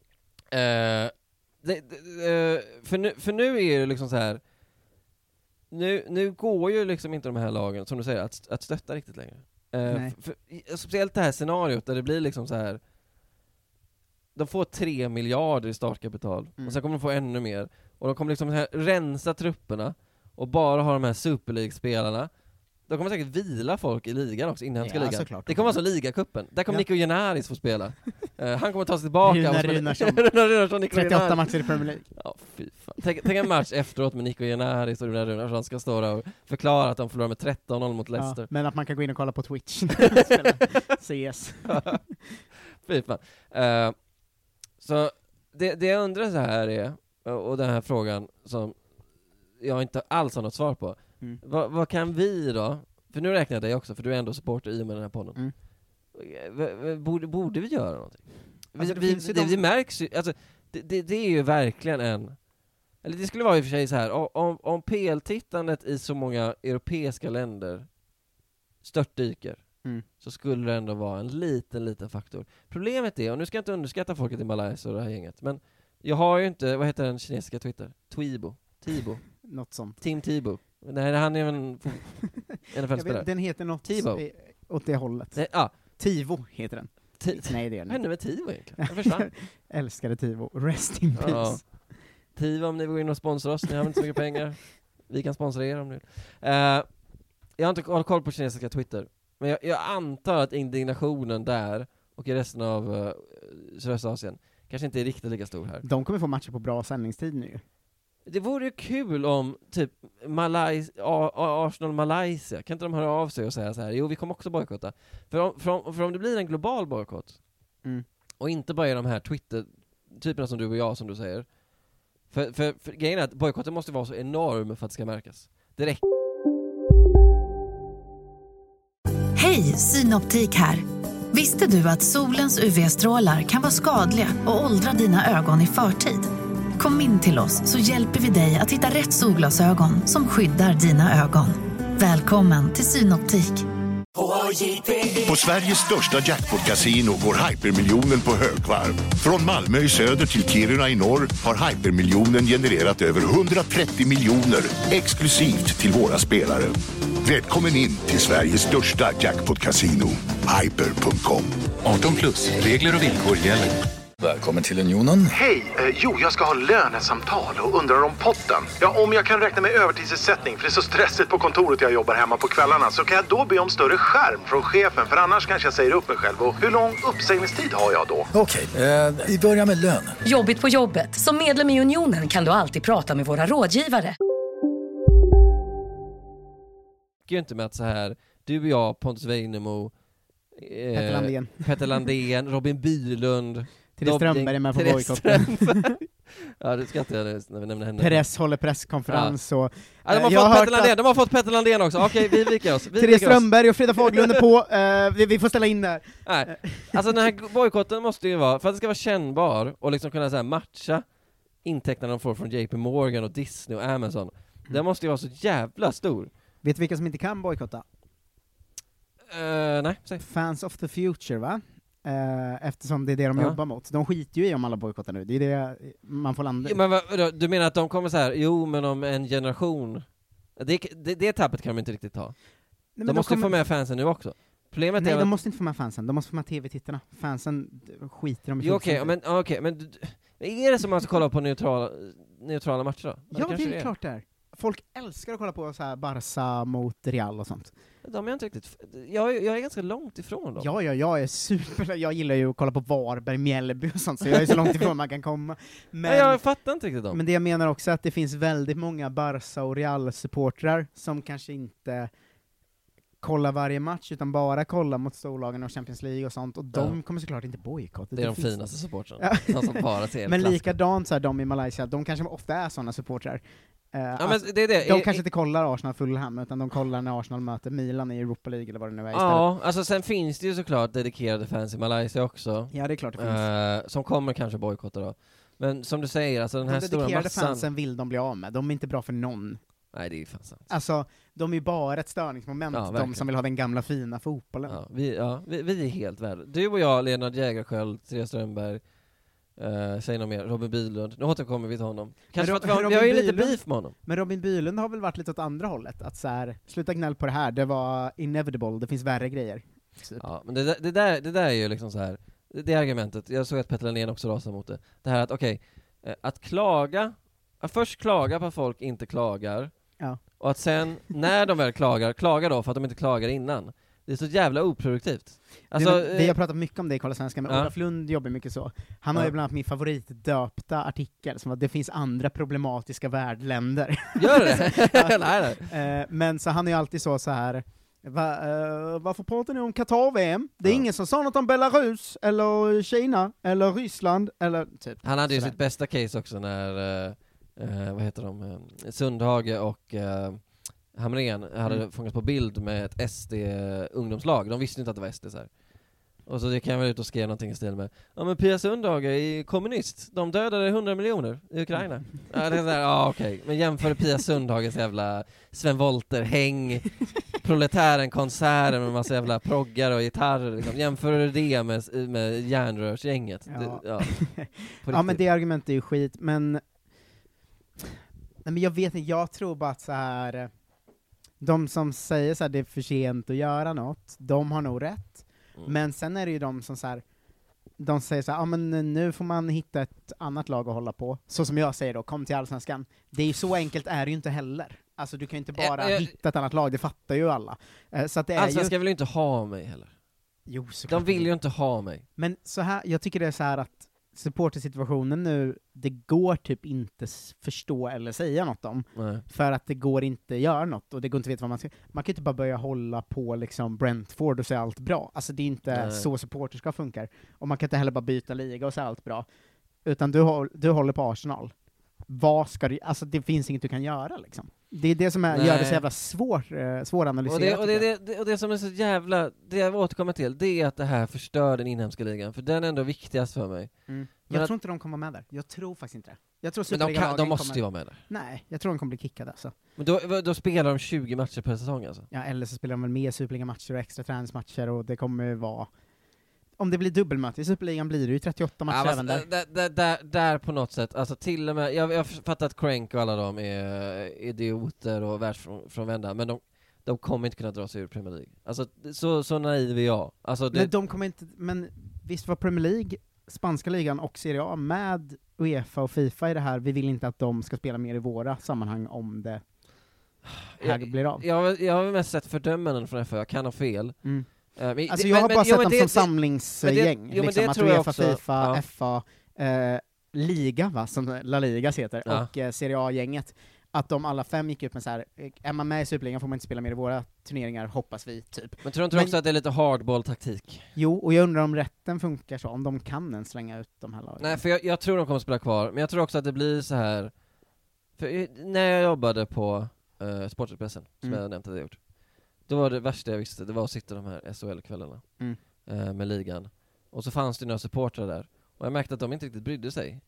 För nu är det liksom så här. Nu går ju liksom inte de här lagen, som du säger, att stötta riktigt längre. Speciellt det här scenariot där det blir liksom så här. De får 3 miljarder i startkapital och sen kommer de få ännu mer. Och de kommer liksom här rensa trupperna och bara ha de här Super League-spelarna. De kommer säkert vila folk i ligan också, inhemska ligan. Såklart. Det kommer vara som ligacupen. Där kommer Nico Genaris få spela. Han kommer ta sig tillbaka. Runarsson 38 matcher i Premier League. Ja, fy fan. Tänk en match efteråt med Nico Genaris och Runarsson ska stå där och förklara att de förlorar med 13-0 mot Leicester. Ja, men att man kan gå in och kolla på Twitch. CS. Fy fan. Så det jag undrar så här är, och den här frågan som jag inte alls har något svar på. Vad kan vi då? För nu räknar jag dig också, för du är ändå supporter i och med den här podden. Borde vi göra någonting? Alltså, det märks ju, alltså, det är ju verkligen eller det skulle vara i och för sig så här, om PL-tittandet i så många europeiska länder störtdyker, så skulle det ändå vara en liten faktor. Problemet är, och nu ska jag inte underskatta folket i Malaysia och det här gänget, men jag har ju inte, vad heter den kinesiska Twitter? Tibo. Något sånt. Team Tibo. Nej, han är en NFL-spelare. Den heter något Tibo. Åt det hållet. Tivo heter den. Nej, det är den. Vad hände med Tivo egentligen? Jag försvann. Älskade Tivo. Rest in peace. Ja. Tivo, om ni går in och sponsrar oss, ni har inte så mycket pengar. Vi kan sponsra er om ni vill. Jag har inte koll på kinesiska Twitter. Men jag antar att indignationen där och i resten av Sydostasien kanske inte är riktigt lika stor här. De kommer få matcher på bra sändningstid nu. Det vore ju kul om typ Arsenal Malaysia, kan inte de höra av sig och säga så här: jo, vi kommer också bojkotta. För om det blir en global bojkott och inte bara de här Twitter-typerna som du och jag, som du säger. För grejen är att bojkotten måste vara så enorm för att det ska märkas. Det räcker. Hej, Synoptik här. Visste du att solens UV-strålar kan vara skadliga och åldra dina ögon i förtid? Kom in till oss så hjälper vi dig att hitta rätt solglasögon som skyddar dina ögon. Välkommen till Synoptik. På Sveriges största jackpot-casino går hypermiljonen på högvarv. Från Malmö i söder till Kiruna i norr har hypermiljonen genererat över 130 miljoner exklusivt till våra spelare. Välkommen in till Sveriges största jackpot-casino, hyper.com. 18+, regler och villkor gäller. Välkommen till Unionen. Hej! Jag ska ha lönesamtal och undrar om potten. Ja, om jag kan räkna med övertidsersättning för det är så stressigt på kontoret jag jobbar hemma på kvällarna, så kan jag då be om större skärm från chefen, för annars kanske jag säger upp mig själv. Och hur lång uppsägningstid har jag då? Okej, vi börjar med lön. Jobbigt på jobbet. Som medlem i Unionen kan du alltid prata med våra rådgivare. Det är ju inte med att så här, du och jag, Pontus Weinemo, Petter Landén, Robin Bylund, Therese Strömberg är med på bojkotten. Ja, det skrattar jag när vi nämner henne. Perez håller presskonferens och... Ja, de har fått Petter Landén också. Okej, vi viker oss. Therese Strömberg och Frida Faglund är på. Vi får ställa in där. Nej. Alltså den här bojkotten måste ju vara, för att det ska vara kännbar och liksom kunna så här matcha intäkterna de får från JP Morgan och Disney och Amazon. Den måste ju vara så jävla stor. Vet du vilka som inte kan bojkotta? Nej, säg. Fans of the Future, va? Eftersom det är det de jobbar mot. De skiter ju i om alla bojkottar nu. Det är det man får landa. Men du menar att de kommer så här, jo men om en generation, det tappet kan de inte riktigt ta. Nej, de måste få med fansen nu också. Problemet nej, är de måste inte få med fansen. De måste få med tv-tittarna. Fansen skiter de i. Okej, men är det som man ska kolla på neutrala matcher då? Ja, det är klart det är. Folk älskar att kolla på så här Barca mot Real och sånt. De är inte riktigt... Jag är ganska långt ifrån dem. Ja, jag är super... Jag gillar ju att kolla på Varberg, Mjällby och sånt, så jag är så långt ifrån man kan komma. Men, jag fattar inte riktigt dem. Men det jag menar också att det finns väldigt många Barca och Real-supportrar som kanske inte kollar varje match, utan bara kollar mot storlagen och Champions League och sånt, och de kommer såklart inte bojkotta. Det är de finaste supportrarna. De som bara ser men likadant så här, de i Malaysia, de kanske ofta är sådana supportrar. Men det. De kanske inte kollar Arsenal Fulham, utan de kollar när Arsenal möter Milan i Europa League eller vad det nu är istället. Ja, alltså sen finns det ju såklart dedikerade fans i Malaysia också. Ja, det är klart det finns. Som kommer kanske bojkotta då. Men som du säger, alltså den här stora massan... dedikerade fansen vill de bli av med. De är inte bra för någon. Nej, det är ju fan sant. Alltså, de är ju bara ett störningsmoment, de som vill ha den gamla fina fotbollen. Ja, vi är helt värda. Du och jag, Lennart Jägerskiöld, Therese Strömberg, säg något mer, Robin Bylund. Nu återkommer vi till honom. Kanske för att vi har ju lite beef med honom. Men Robin Bylund har väl varit lite åt andra hållet, att så här, sluta gnäll på det här, det var inevitable, det finns värre grejer. Typ. Ja, men det där är ju liksom så här, det argumentet, jag såg att Petter Landén också rasade mot det. Det här att att klaga, att först klaga på att folk inte klagar, och att sen, när de väl klagar då för att de inte klagar innan. Det är så jävla oproduktivt. Alltså, vi har pratat mycket om det i Kolla Svenska, men Olof Lund jobbar mycket så. Han har ju bland annat min favoritdöpta artikel, som att det finns andra problematiska värdländer. Gör det? Nej. Men så han är ju alltid så här. Varför pratar ni om Qatar-VM? Det är ingen som sa något om Belarus, eller Kina, eller Ryssland, eller typ. Han hade ju sitt bästa case också när, vad heter de? Sundhage och... Hamrén hade fångats på bild med ett SD-ungdomslag. De visste inte att det var SD så här. Och så det kan jag väl ut och skriva någonting i stil med: ja, men Pia Sundhage är kommunist. De dödade 100 miljoner i Ukraina. Ja, det är så här, okej. Men jämför Pia Sundhages jävla Sven Wollter-häng, proletären-konserten med en massa jävla proggar och gitarrer. Liksom. Jämför det med järnrörsgänget. Ja. Ja, men det argumentet är ju skit. Men... Nej, men jag vet inte, jag tror bara att så här... De som säger så här, det är för sent att göra något, de har nog rätt. Men sen är det ju de som så här, de säger så här, men nu får man hitta ett annat lag att hålla på. Så som jag säger då, kom till Allsvenskan. Det är ju så enkelt är det ju inte heller. Alltså du kan ju inte bara hitta ett annat lag, det fattar ju alla. Så att det är Allsvenskan vill ju inte ha mig heller. Jo, de vill ju inte ha mig. Men så här, jag tycker det är så här att supportersituationen nu, det går typ inte förstå eller säga något om. Nej. För att det går inte göra något, och det går inte veta vad man ska... Man kan inte bara börja hålla på liksom Brentford och säga allt bra. Alltså det är inte så supporterskap funkar. Och man kan inte heller bara byta liga och säga allt bra. Utan du håller på Arsenal. Vad ska du... Alltså det finns inget du kan göra liksom. Det är det som gör det så jävla svåranalyserat. Och det som är så jävla... Det jag återkommer till, det är att det här förstör den inhemska ligan. För den är ändå viktigast för mig. Jag tror inte de kommer med där. Jag tror faktiskt inte det. Jag tror men de måste ju vara med där. Nej, jag tror de kommer bli kickade alltså. Men då spelar de 20 matcher per säsong alltså? Ja, eller så spelar de väl mer Superliga-matcher och extra träningsmatcher, och det kommer vara... Om det blir dubbelmöte i Superligan blir det ju 38 matcher även där. Där på något sätt, alltså till och med, jag fattar att Crank och alla de är idioter och världsfrånvända, men de kommer inte kunna dra sig ur Premier League. Alltså så naiv är jag. Alltså men de kommer inte, men visst var Premier League spanska ligan och Serie A med UEFA och FIFA i det här. Vi vill inte att de ska spela mer i våra sammanhang om det här blir av. Jag har mest sett fördömanden från FA, jag kan ha fel. Alltså jag har bara sett dem som samlingsgäng. Liksom, att UEFA, FIFA, FA, Liga, va, som La Liga heter, och Serie A-gänget, att de alla 5 gick ut med så här: är man med i Superligan får man inte spela mer i våra turneringar, hoppas vi, typ. Men tror du inte också att det är lite hardball-taktik? Jo, och jag undrar om rätten funkar så, om de kan ens slänga ut de här lagen. Nej, för jag tror de kommer spela kvar, men jag tror också att det blir så här. För när jag jobbade på Sportexpressen, som jag nämnt att jag gjort, då var det värsta jag visste, det var att sitta de här SHL-kvällarna med ligan. Och så fanns det några supportrar där, och jag märkte att de inte riktigt brydde sig.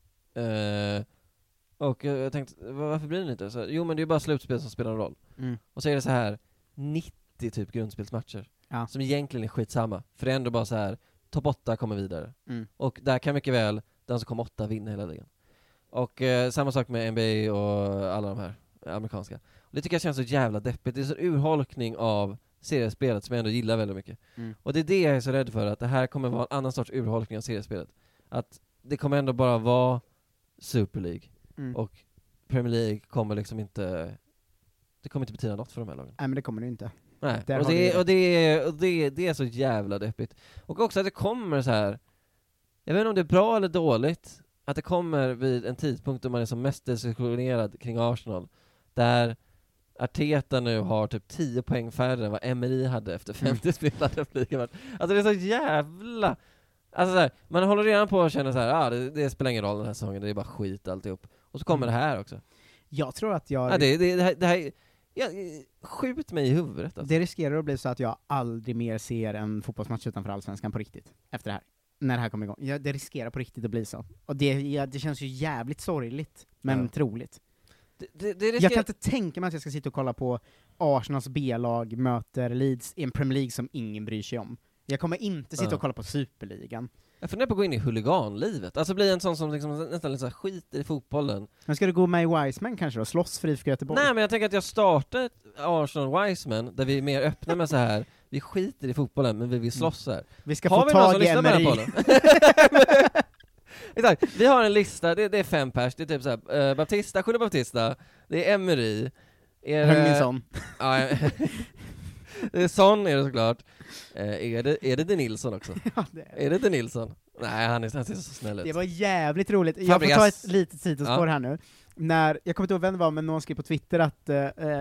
Och jag tänkte, varför blir det inte så? Jo, men det är bara slutspel som spelar roll. Och så är det så här 90 typ grundspelsmatcher som egentligen är skitsamma, för det är ändå bara så här: topp 8 kommer vidare. Och där kan mycket väl den som kommer 8 vinna hela ligan. Och samma sak med NBA och alla de här amerikanska. Och det tycker jag känns så jävla deppigt. Det är så urholkning av seriespelet som jag ändå gillar väldigt mycket. Och det är det jag är så rädd för, att det här kommer vara en annan sorts urholkning av seriespelet. Att det kommer ändå bara vara Super League. Och Premier League kommer liksom inte, det kommer inte betyda något för de här lagen. Nej, men det kommer det inte. Nej. Det är så jävla deppigt. Och också att det kommer så här, jag vet inte om det är bra eller dåligt, att det kommer vid en tidpunkt då man är som mest desillusionerad kring Arsenal, där Arteta nu har typ 10 poäng färre än vad Emery hade efter 50 spelade ligamatch. Alltså det är så jävla, alltså så här, man håller redan på att känna så här, det spelar ingen roll den här säsongen, det är bara skit alltihop. Och så kommer det här också. Jag tror att jag... det här skjut mig i huvudet. Alltså. Det riskerar att bli så att jag aldrig mer ser en fotbollsmatch utanför Allsvenskan på riktigt efter det här. När det här kommer igång. Det riskerar på riktigt att bli så. Och det känns ju jävligt sorgligt, men troligt. Jag kan inte tänka mig att jag ska sitta och kolla på Arsenals B-lag möter Leeds i en Premier League som ingen bryr sig om. Jag kommer inte sitta och kolla på Superligan. Jag funderar på att gå in i huliganlivet. Alltså bli en sån som liksom nästan lite så här skit i fotbollen. Men ska du gå med i Wiseman kanske då? Slåss för IFK Göteborg? Nej, men jag tänker att jag startar ett Arsenal Wiseman där vi är mer öppna med så här: vi skiter i fotbollen men vi vill slåss här. Vi ska få tag i Emery. Exakt. Vi har en lista, det är 5 pers, det är typ så här, Baptista, Julio Baptista, det är Emery, Högminsson. Ja, det är Son är det såklart. Är det Nilsson också? Ja, är det Nilsson? Nej, han ser så snäll ut. Det var jävligt roligt. Fabregas. Jag får ta ett litet sidospår här nu. När, jag kommer inte ihåg vem det var, men någon skrev på Twitter att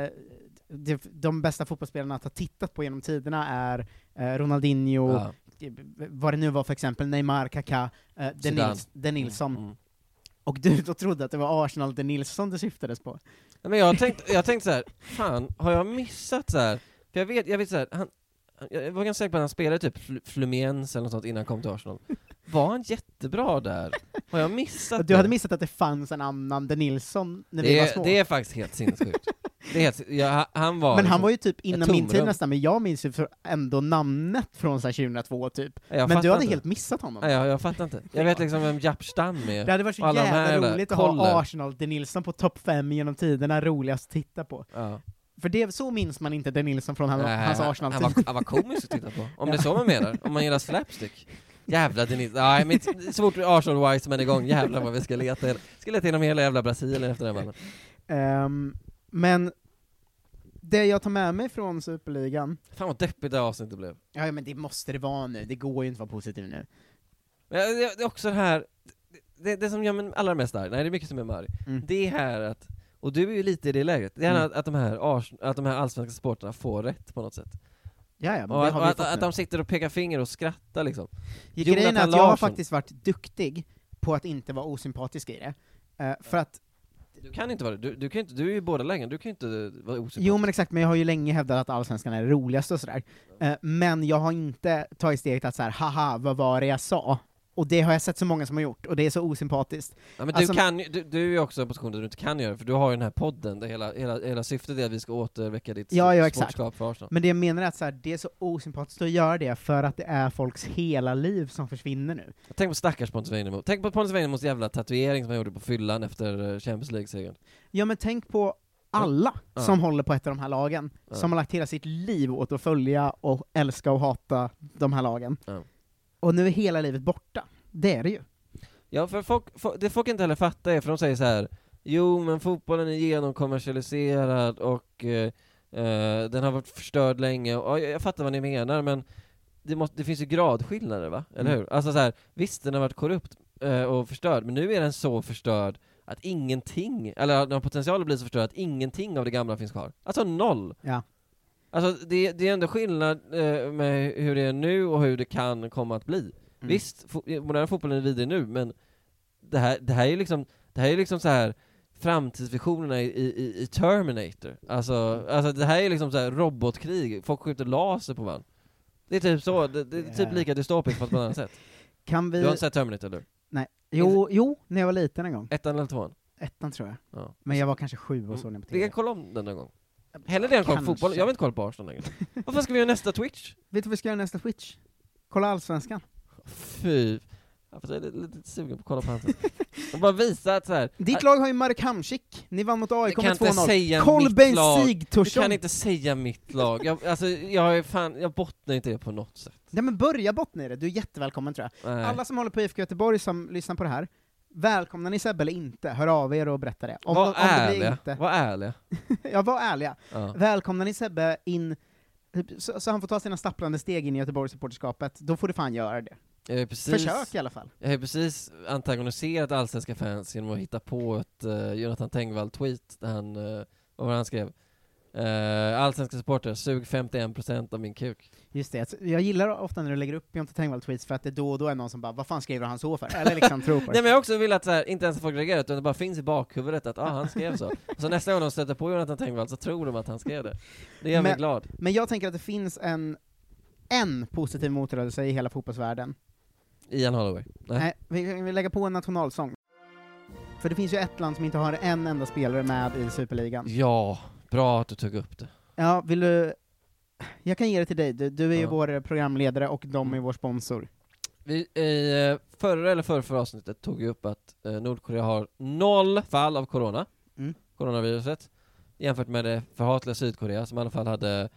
de bästa fotbollsspelarna att ha tittat på genom tiderna är Ronaldinho, vad det nu var för exempel, Neymar, Kaká, Den Nilsson. Och du då trodde att det var Arsenal Den Nilsson det syftades på. Men jag tänkte så här, fan, har jag missat så här? För jag vet så här, jag var ganska säker på att han spelade typ Fluminense eller något sånt innan han kom till Arsenal. Var han jättebra där? Har jag missat Du hade missat att det fanns en annan Den Nilsson när vi var små. Det är faktiskt helt sinnessjukt. Han var men han var ju typ innan min tid nästan, men jag minns ju för ändå namnet från så här 2002 typ. Men du hade helt missat honom. Nej, jag fattar inte. Jag vet liksom vem Japp Stam är. Det hade varit så jävla roligt att ha Arsenal Den Nilsson på topp 5 genom tiderna, roligast att titta på. Ja. För det, så minns man inte Den Nilsson från hans Arsenal-tid. Han var komisk att titta på. Om det är så man menar. Om man gillar slapstick. Jävla Den Nilsson. Nej, så fort Arsenal Wise men igång. Jävlar vad vi ska leta. Ska leta inom hela jävla Brasilien efter den mannen. Men det jag tar med mig från Superligan... Fan vad deppigt det avsnittet blev. Ja, men det måste det vara nu. Det går ju inte att vara positiv nu. Men det är också det här... Det som gör mig allra mest arg. Nej, det är mycket som är arg. Det är här att... Och du är ju lite i det läget. Det är att de här allsvenska sporterna får rätt på något sätt. Ja, men och att de sitter och pekar finger och skrattar liksom. Grejen är att jag har faktiskt varit duktig på att inte vara osympatisk i det. För att du kan inte vara det. Du är ju båda länge. Du kan inte vara osympatisk. Jo, men exakt. Men jag har ju länge hävdat att allsvenskan är det roligaste och sådär. Men jag har inte tagit steget att så här, haha, vad var det jag sa? Och det har jag sett så många som har gjort, och det är så osympatiskt. Ja, men du är ju också i en position där du inte kan göra det, för du har ju den här podden där hela syftet är att vi ska återväcka ditt sportskap för Arsenal. Men det jag menar är att så här, det är så osympatiskt att göra det, för att det är folks hela liv som försvinner nu. Tänk på stackars Pontus Weinemo. Tänk på Pontus Weinemos jävla tatuering som han gjorde på fyllan efter Champions League-segern. Ja, men tänk på alla som håller på ett av de här lagen, som har lagt hela sitt liv åt att följa och älska och hata de här lagen. Och nu är hela livet borta. Det är det ju. Ja, för det folk inte heller fattar är, för de säger så här: jo, men fotbollen är genomkommersialiserad och den har varit förstörd länge. Och jag fattar vad ni menar, men det finns ju gradskillnader, va? Eller hur? Alltså så här, visst, den har varit korrupt och förstörd, men nu är den så förstörd att ingenting, eller den har potential att bli så förstörd att ingenting av det gamla finns kvar. Alltså 0. Ja. Alltså det är ändå skillnad med hur det är nu och hur det kan komma att bli. Visst, moderna fotbollen är vidare nu, men det här är liksom så här framtidsvisionerna i Terminator. Alltså det här är liksom så här robotkrig. Folk skjuter laser på varandra. Det är typ så, det är typ lika dystopiskt fast på ett annat sätt. Kan vi... Du har inte sett Terminator, eller? Nej. Jo, när jag var liten en gång. 1 eller 2? 1 tror jag. Ja. Men jag var kanske 7 och så när på TV. Vi kan kolla om den någon gång. Hellre det än kolla på fotboll. Jag vill inte kolla på Arsenal längre. Varför ska vi göra nästa Twitch? Vet du vad vi ska göra nästa Twitch? Kolla Allsvenskan. Fy. Jag är lite sugen på att kolla på hans. Och bara visa att så här. Ditt lag har ju Marek Hamsik. Ni vann mot AIK med 2-0. Du kan inte säga mitt lag. Jag bottnar inte det på något sätt. Nej, men börja bottna i det. Du är jättevälkommen, tror jag. Nej. Alla som håller på IFK Göteborg som lyssnar på det här, välkomna ni Sebbe eller inte. Hör av er och berätta det. Var ärliga. Ja, var ärliga. Ja. Välkomna ni Sebbe in så han får ta sina stapplande steg in i Göteborgs supporterskapet. Då får du fan göra det. Försök i alla fall. Jag har precis antagoniserat allsvenska fans genom att hitta på ett Jonathan Tengvall-tweet där han skrev allsvenska supporter, sug 51% av min kuk. Just det, jag gillar ofta när du lägger upp Jonathan Tengvall-tweets för att det då och då är någon som bara, vad fan skriver han så för? Eller liksom tror på det. Nej, men jag också vill att så här, inte ens folk reagerar, utan det bara finns i bakhuvudet att han skrev så. Så nästa gång de stöter på Jonathan Tengvall så tror de att han skrev det. Det gör mig glad. Men jag tänker att det finns en positiv motrörelse i hela fotbollsvärlden. Ian Holloway. Nej, vi lägger på en nationalsång. För det finns ju ett land som inte har en enda spelare med i Superligan. Ja, bra att du tog upp det. Ja, vill du... Jag kan ge det till dig. Du är ju vår programledare och de är vår sponsor. Vi i förra avsnittet tog ju upp att Nordkorea har 0 fall av coronaviruset, jämfört med det förhatliga Sydkorea som i alla fall hade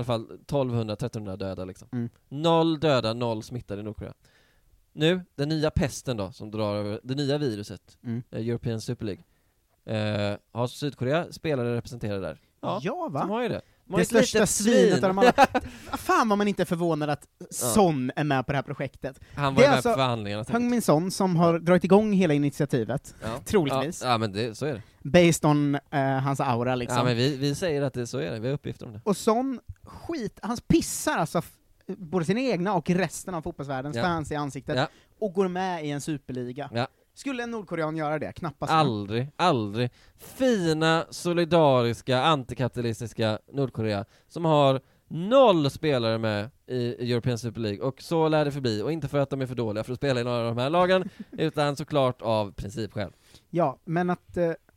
1200-1300 döda liksom. 0 döda, 0 smittade i Nordkorea. Nu, den nya pesten då, som drar över det nya viruset, European Super League, har Sydkorea spelare representerade där. Ja, va? De har ju det. Det största svinet av dem alla. Fan vad man inte är förvånad att Son är med på det här projektet. Han var med på förhandlingarna. Heung-min Son som har dragit igång hela initiativet, troligtvis. Ja, men så är det. Based on hans aura liksom. Ja, men vi säger att så är det. Vi har uppgifter om det. Och Son, han pissar alltså både sina egna och resten av fotbollsvärldens fans i ansiktet och går med i en superliga. Ja. Skulle en nordkorean göra det? Knappast. Aldrig. Fina, solidariska, antikapitalistiska Nordkorea som har 0 spelare med i European Super League, och så lär det förbli, och inte för att de är för dåliga för att spela i några av de här lagen utan såklart av principskäl. Ja, men att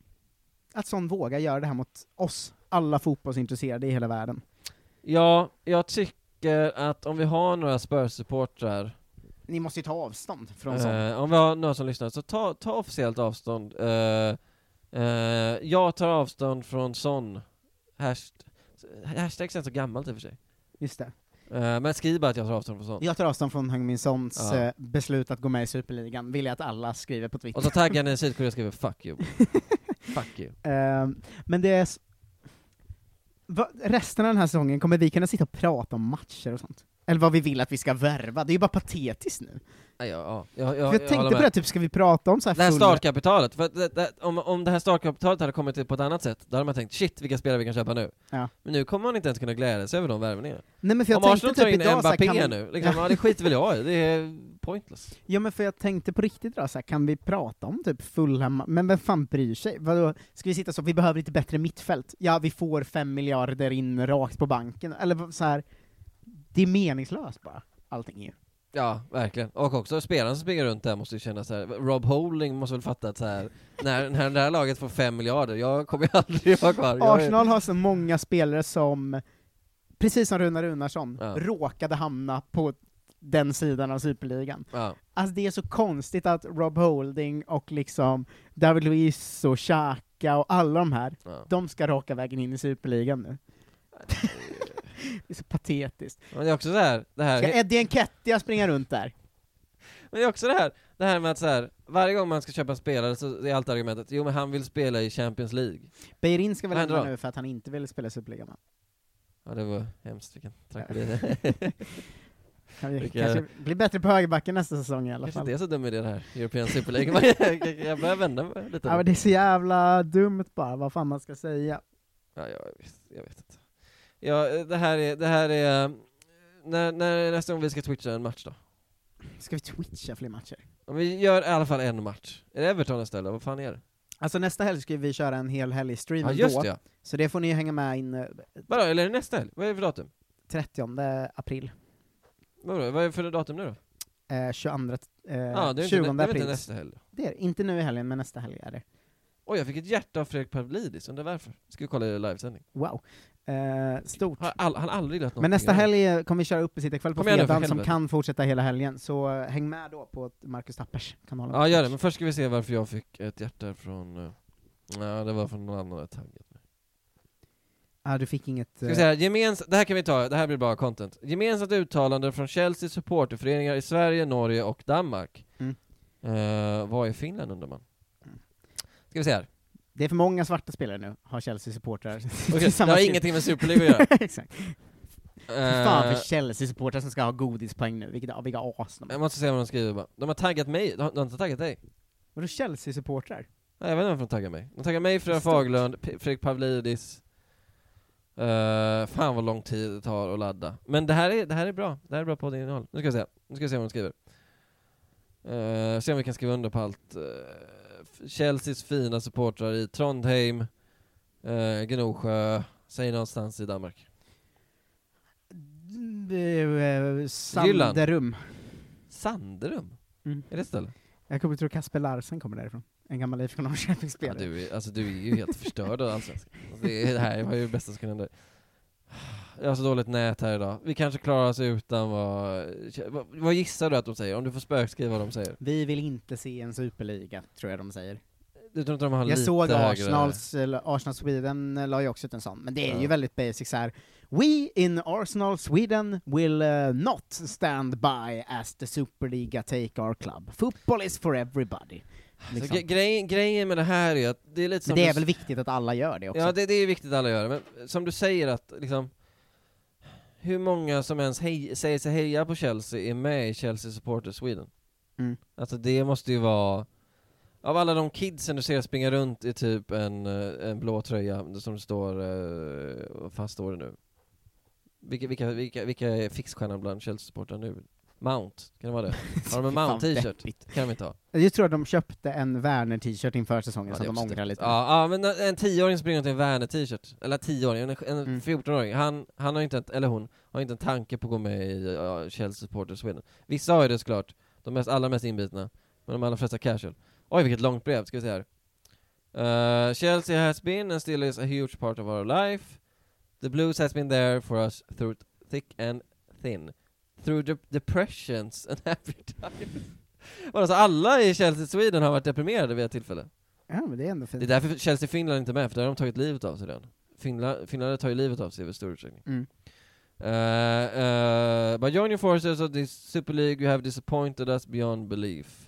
sån våga göra det här mot oss, alla fotbollsintresserade i hela världen. Ja, jag tycker att om vi har några Spurs-supportrar, ni måste ju ta avstånd från sånt. Om vi har några som lyssnar, så ta officiellt avstånd. Jag tar avstånd från sån. Hashtag känns så gammalt i och för sig. Just det. Men skriv bara att jag tar avstånd från sån. Jag tar avstånd från Heung-min Sons beslut att gå med i Superligan. Vill jag att alla skriver på Twitter. Och så taggar ni i Sydkorea och skriver fuck you. Fuck you. Men det är... resten av den här säsongen kommer vi kunna sitta och prata om matcher och sånt. Eller vad vi vill att vi ska värva. Det är ju bara patetiskt nu. Jag tänkte på det, typ ska vi prata om så här det här startkapitalet. För om det här startkapitalet hade kommit på ett annat sätt, då hade man tänkt, shit, vilka spelare vi kan köpa nu. Ja. Men nu kommer man inte ens kunna glädja sig över de värvningarna. Nej, men för jag om Arsenal tar in typ Mbappé nu, liksom, det skiter väl jag i. Det är pointless. Ja, men för jag tänkte på riktigt då, så här, kan vi prata om typ Fulham, men vem fan bryr sig? Vadå? Ska vi sitta så, vi behöver lite bättre mittfält. Ja, vi får 5 miljarder in rakt på banken. Eller så här, det är meningslöst bara, allting är ju. Ja, verkligen. Och också spelaren som springer runt där måste ju känna så här. Rob Holding måste väl fatta att så här, när det här laget får 5 miljarder, jag kommer aldrig vara kvar. Arsenal har så många spelare som, precis som Runar Runarsson, råkade hamna på den sidan av Superligan. Ja. Alltså det är så konstigt att Rob Holding och liksom David Luiz och Xhaka och alla de här, de ska raka vägen in i Superligan nu. Det är så patetiskt. Men det är också så här, det här... Ska Eddie Nketiah springa runt där? Men det är också det här med att så här, varje gång man ska köpa en spelare så är allt argumentet, jo men han vill spela i Champions League. Beirin ska väl ändra nu för att han inte vill spela Superliga, va? Ja, det var hemskt, vilken tragedi. Kanske blir bättre på högerbacken nästa säsong i alla fall. Kanske det är så dum idé det här, European Super League. Jag börjar vända mig lite. Ja, men det är så jävla dumt bara, vad fan man ska säga. Ja, jag vet inte. Ja, det här är när nästa gång vi ska twitcha en match då? Ska vi twitcha fler matcher? Om vi gör i alla fall en match. Är det Everton istället? Vad fan är det? Alltså nästa helg ska vi köra en hel helg i streamen just då. det, ja. Så det får ni hänga med in. Vadå, eller är det nästa helg? Vad är det för datum? 30 april. Vad är det för datum nu då? 22 det är 20 inte, april. Inte nästa helg. Det är inte nu i helgen, men nästa helg är det. Oj, jag fick ett hjärta av Fredrik Pavlidis, undrar varför. Ska vi kolla i livesändning? Wow. Stort. Han aldrig gillat något. Men nästa helg kommer vi köra upp i sitta kväll på fredagen som helvete. kan fortsätta hela helgen. Så häng med då på Marcus Tappers kanal. Ja, gör det. Men först ska vi se varför jag fick ett hjärta från... det var från någon annan tagget. Ja, du fick inget... Ska vi säga, det här kan vi ta, det här blir bra content. Gemensamt uttalande från Chelsea supporterföreningar i Sverige, Norge och Danmark. Vad är Finland, undrar man? Ska vi se här. Det är för många svarta spelare nu, har Chelsea-supportrar. Okay, det har ingenting med Superliga att göra. Exakt. Fan för Chelsea-supportrar som ska ha godispoäng nu, vilka as de är. Jag måste se vad de skriver bara. De har taggat mig, de har inte taggat dig. Vadå Chelsea-supportrar? Nej, jag vet inte varför de taggar mig. De taggar mig, Fröja Faglund, Fredrik Pavlidis. Fan vad lång tid det tar att ladda. Men det här är bra. Det här är bra poddinnehåll. Nu ska vi se vad de skriver. Se om vi kan skriva under på allt. Chelseas fina supportrar i Trondheim, Gnosjö, säg någonstans i Danmark. Sanderum. Sanderum? Är det ställe? Jag kommer tro Kasper Larsen kommer därifrån. En gammal IFK Norrköpingsspelare. Ja, du är ju helt förstörd av allsvenskan. Det här var ju det bästa som kunde hända. Jag har så dåligt nät här idag. Vi kanske klarar oss utan vad gissar du att de säger? Om du får spökskriva vad de säger. Vi vill inte se en superliga, tror jag de säger. Du tror inte de har jag lite såg högre... Arsenal Sweden la ju också ut en sån. Men det är ju väldigt basic så här. We in Arsenal Sweden will not stand by as the Superliga take our club. Football is for everybody. Liksom. Grejen med det här är att det är lite som... Men det är väl viktigt att alla gör det också? Ja, det är viktigt att alla gör det. Men som du säger att liksom... Hur många som ens säger sig heja på Chelsea är med i Chelsea Supporter Sweden? Alltså det måste ju vara... Av alla de kidsen du ser springa runt i typ en blå tröja som det står... vad fan står det nu? Vilka är fixstjärnan bland Chelsea-supportrar nu? Mount, kan det vara det? Har de en Mount-t-shirt? Kan de inte ha. Jag tror att de köpte en Werner-t-shirt inför säsongen, så att de ångrar lite. Ja, men en 10-åring springer till en Werner-t-shirt. Eller 10-åring, en 14-åring. Han har inte eller hon har inte en tanke på att gå med i Chelsea Supporter Sweden. Vissa har ju det såklart. De allra mest inbitna. Men de allra flesta casual. Oj, vilket långt brev, ska vi se här. Chelsea has been and still is a huge part of our life. The Blues has been there for us through thick and thin. Through depressions and happy times. Alltså alla i Chelsea Sweden har varit deprimerade vid ett tillfälle. Ja, men det är ändå fint. Det är därför Chelsea Finland inte med, för där har de tagit livet av sig redan. Finland tar ju livet av sig i stor utsträckning. By joining forces of this Super League you have disappointed us beyond belief.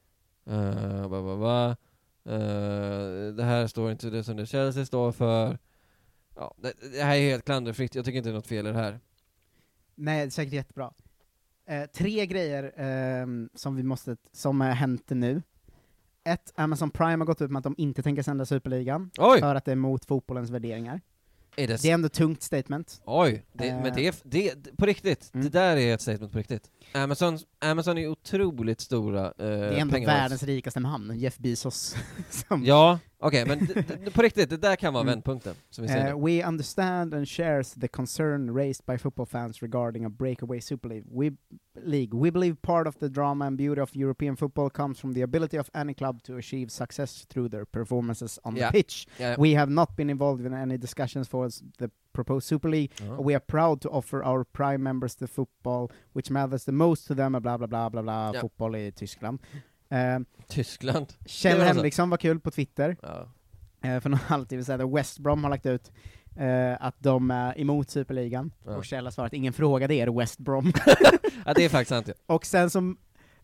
Det här står inte det som det Chelsea står för. Ja, det här är helt klanderfritt. Jag tycker inte det är något fel i det här. Nej, det är säkert jättebra. 3 grejer som har hänt nu. 1, Amazon Prime har gått ut med att de inte tänker sända Superligan. Oj. För att det är mot fotbollens värderingar. Det är ändå tungt statement. Oj, men det på riktigt. Det där är ett statement på riktigt. Amazon är otroligt stora det är ändå världens rikaste man, Jeff Bezos. Ja, okej, men på riktigt, det där kan vara vändpunkten. Som vi säger. We understand and shares the concern raised by football fans regarding a breakaway Super League. We believe part of the drama and beauty of European football comes from the ability of any club to achieve success through their performances on the pitch. We have not been involved in any discussions for the proposed Super League. We are proud to offer our prime members the football which matters the most to them, bla bla bla bla bla, fotboll i Tyskland. Tyskland. Kjell Henriksson var kul på Twitter. För någon halvtid vill säga att West Brom har lagt ut att de är emot Superligan. Och Kjell har svarat, ingen fråga, det är West Brom. Ja, det är faktiskt sant. Och sen som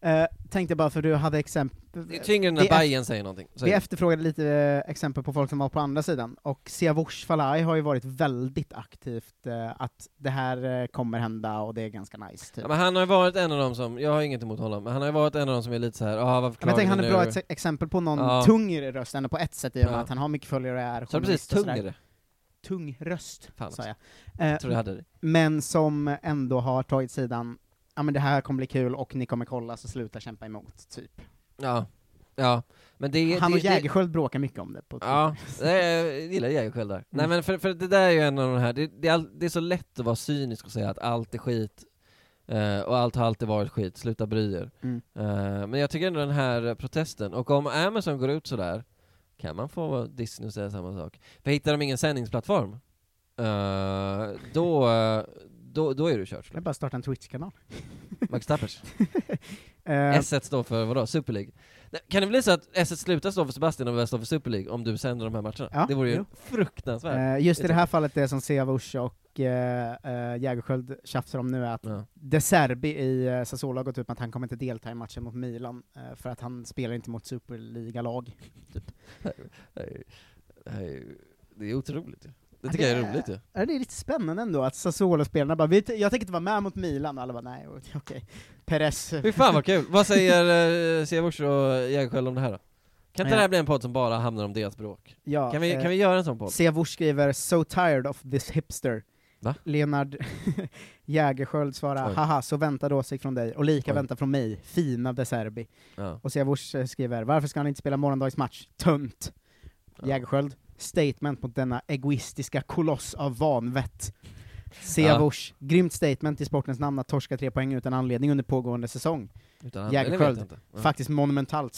Tänkte bara för du hade exempel. Det är tyngre när Bayern säger någonting. Vi efterfrågade lite exempel på folk som var på andra sidan, och Siavush Falai har ju varit väldigt aktivt att det här kommer hända och det är ganska nice. Typ. Ja, men han har ju varit en av dem som, jag har inget emot honom, men han har ju varit en av dem som är lite så här. Varför men jag tänker han är bra ett exempel på någon tung röst ändå på ett sätt i och med att han har mycket följare och är så precis, tung röst, sa jag. Tror jag hade det. Men som ändå har tagit sidan, ja men det här kommer bli kul och ni kommer kolla så sluta kämpa emot, typ. Ja. Men han och Jägerskiöld bråkar mycket om det. Ja, jag gillar Jägerskiöld där. Nej men för det där är ju en av de här, det är så lätt att vara cynisk och säga att allt är skit, och allt har alltid varit skit, sluta bry er. Men jag tycker ändå den här protesten, och om Amazon går ut så där kan man få Disney säga samma sak. För hittar de ingen sändningsplattform, då är du kört. Jag bara starta en Twitch-kanal. Max Tappers. S1 står för vadå? Super League. Kan det bli så att S1 slutar stå för Sebastian och står för Super League om du sänder de här matcherna? Ja, det vore ju fruktansvärt. Just i det här fallet, det som Siavush och Jägerskiöld tjafsar om nu är att De Serbi i Sassuolo har gått ut med att han kommer inte delta i matchen mot Milan för att han spelar inte mot Superliga-lag. Typ. Det är otroligt. Det tycker jag är roligt. Ja. Det är lite spännande ändå att Sassuolo-spelarna bara, jag tänker inte vara med mot Milan, och alla bara, nej, okej. Perez. Fy fan vad kul. Vad säger Siavush och Jägerskiöld om det här då? Kan inte det här bli en podd som bara hamnar om deras bråk? Ja, kan vi göra en sån podd? Siavush skriver, so tired of this hipster. Va? Leonard Jägerskiöld svarar, haha, så väntad åsikt från dig, och lika vänta från mig, fina De Serbi. Och Siavush skriver, varför ska han inte spela morgondagens match? Tönt. Jägerskiöld, statement mot denna egoistiska koloss av vanvett. Siavush, grymt statement i sportens namn att torska 3 poäng utan anledning under pågående säsong. Jägerskiöld, faktiskt monumentalt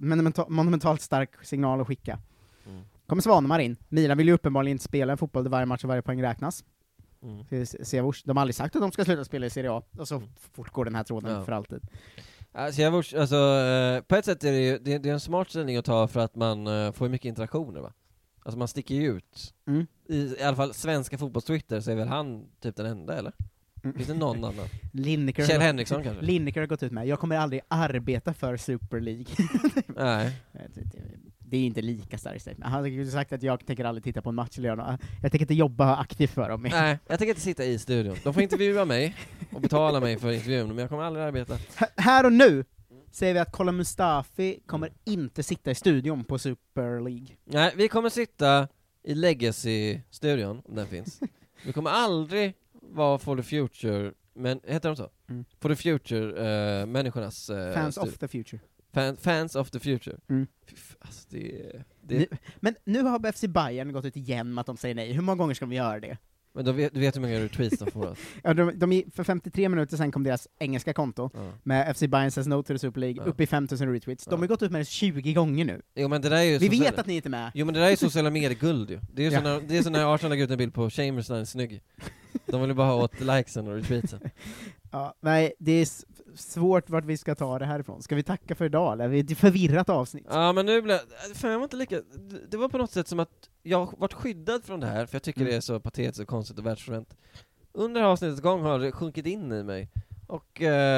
stark signal att skicka. Kommer Svanemar in. Milan vill ju uppenbarligen inte spela en fotboll där varje match och varje poäng räknas. Siavush, de har aldrig sagt att de ska sluta spela i Serie A, och så fortgår den här tråden för alltid. Siavush, alltså på ett sätt är det ju det är en smart ställning att ta för att man får mycket interaktioner, va? Alltså man sticker ju ut. I alla fall svenska fotbollstwitter så är väl han typ den enda, eller? Finns det någon annan? Kjell Henriksson kanske? Lineker har gått ut med, jag kommer aldrig arbeta för Super League. Nej. Det är inte lika starkt. Han har ju sagt att jag tänker aldrig titta på en match eller göra något. Jag tänker inte jobba aktivt för dem. Nej, jag tänker inte sitta i studion. De får intervjua mig och betala mig för intervjun, men jag kommer aldrig arbeta. Här och nu säger vi att Kolla Mustafi kommer inte sitta i studion på Super League. Nej, vi kommer sitta i Legacy-studion, om den finns. Vi kommer aldrig vara For the Future, men heter de så? For the Future, människornas Fans of the Future. Fans of the Future. Alltså, men nu har FC Bayern gått ut igen med att de säger nej. Hur många gånger ska de göra det? Men du vet hur många retweets de får. Ja, för 53 minuter sen kom deras engelska konto med FC Bayern says no to the Super League upp i 5000 retweets. De har gått ut med det 20 gånger nu. Jo, men det där är ju vi vet att ni inte är med. Jo, men det där är sociala medier-guld ju. Det är ju så när Arsenal lägger ut en bild på Chambers när han är snygg. De vill ju bara ha åt likesen och retweetsen. Ja, nej, det är svårt vart vi ska ta det härifrån. Ska vi tacka för idag, eller? Det är ett förvirrat avsnitt. Ja, men nu blev jag var inte lika. Det var på något sätt som att jag har varit skyddad från det här, för jag tycker det är så patetiskt och konstigt och världsfrånvänt. Under avsnittets gång har det sjunkit in i mig. Och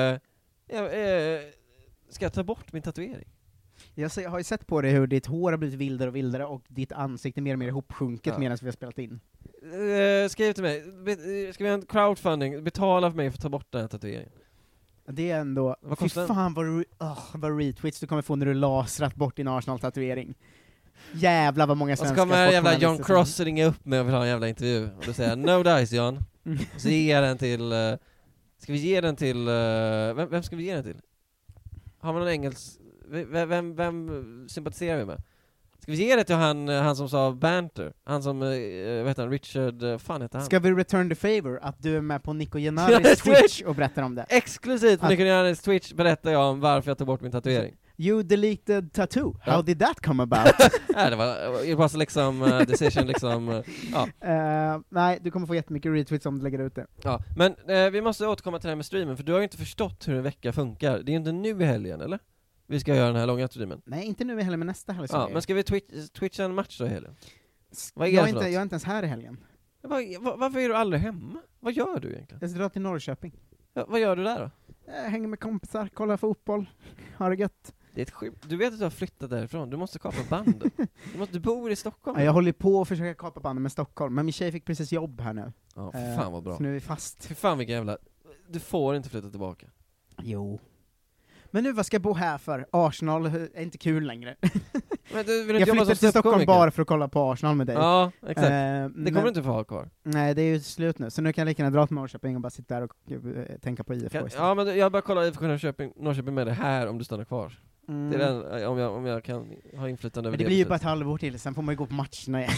ska jag ta bort min tatuering? Jag har ju sett på det hur ditt hår har blivit vildare och vildare och ditt ansikte mer och mer ihopsjunket medan vi har spelat in. Skriv till mig. Ska vi ha en crowdfunding? Betala för mig för att ta bort den här tatueringen. Det är ändå... Fy fan vad retweets du kommer få när du lasrat bort din Arsenal-tatuering. Jävlar vad många svenskar... Och så kommer jävla John Cross ringa upp mig och vill ha en jävla intervju. Och då säger jag, no dice John. Och så ger jag den till... ska vi ge den till... Vem ska vi ge den till? Har man någon engelsk... Vem sympatiserar vi med? Ska vi ge det till han som sa banter? Han som, vad heter han? Richard, fan heter han? Ska vi return the favor att du är med på Nico Genaris Twitch och berättar om det? Exklusivt på Nico Genaris Twitch berättar jag om varför jag tog bort min tatuering. You deleted tattoo. How did that come about? Nej, det var så liksom decision liksom. Nej, du kommer få jättemycket retweets om du lägger ut det. Ja, men vi måste återkomma till det här med streamen, för du har ju inte förstått hur en vecka funkar. Det är inte nu i helgen, eller? Vi ska göra den här långa streamen. Nej, inte nu i helgen, men nästa helg. Ja, men ska vi twitcha en match då i helgen? Vad är jag är inte ens här i helgen. Varför är du aldrig hemma? Vad gör du egentligen? Jag ska dra till Norrköping. Ja, vad gör du där då? Hänger med kompisar, kollar fotboll, har det gött. Det är ett du vet att du har flyttat därifrån, du måste kapa band. Du bor i Stockholm. Ja, jag håller på att försöka kapa banden med Stockholm, men min tjej fick precis jobb här nu. Ja, för fan vad bra. Så nu är vi fast. För fan vilken jävla... Du får inte flytta tillbaka. Jo. Men nu, vad ska jag bo här för? Arsenal är inte kul längre. Men du vill jag inte flyttade till Stockholm bara för att kolla på Arsenal med dig. Ja, exakt. Det kommer du inte få ha kvar. Nej, det är ju slut nu. Så nu kan jag lika gärna dra till Norrköping och bara sitta där och tänka på IFK. Ja, men jag bara kollar IFK Norrköping med det här om du stannar kvar. Det är den, om jag kan ha inflytande över det. Men det blir ju bara ett halvår till, sen får man ju gå på matcherna igen.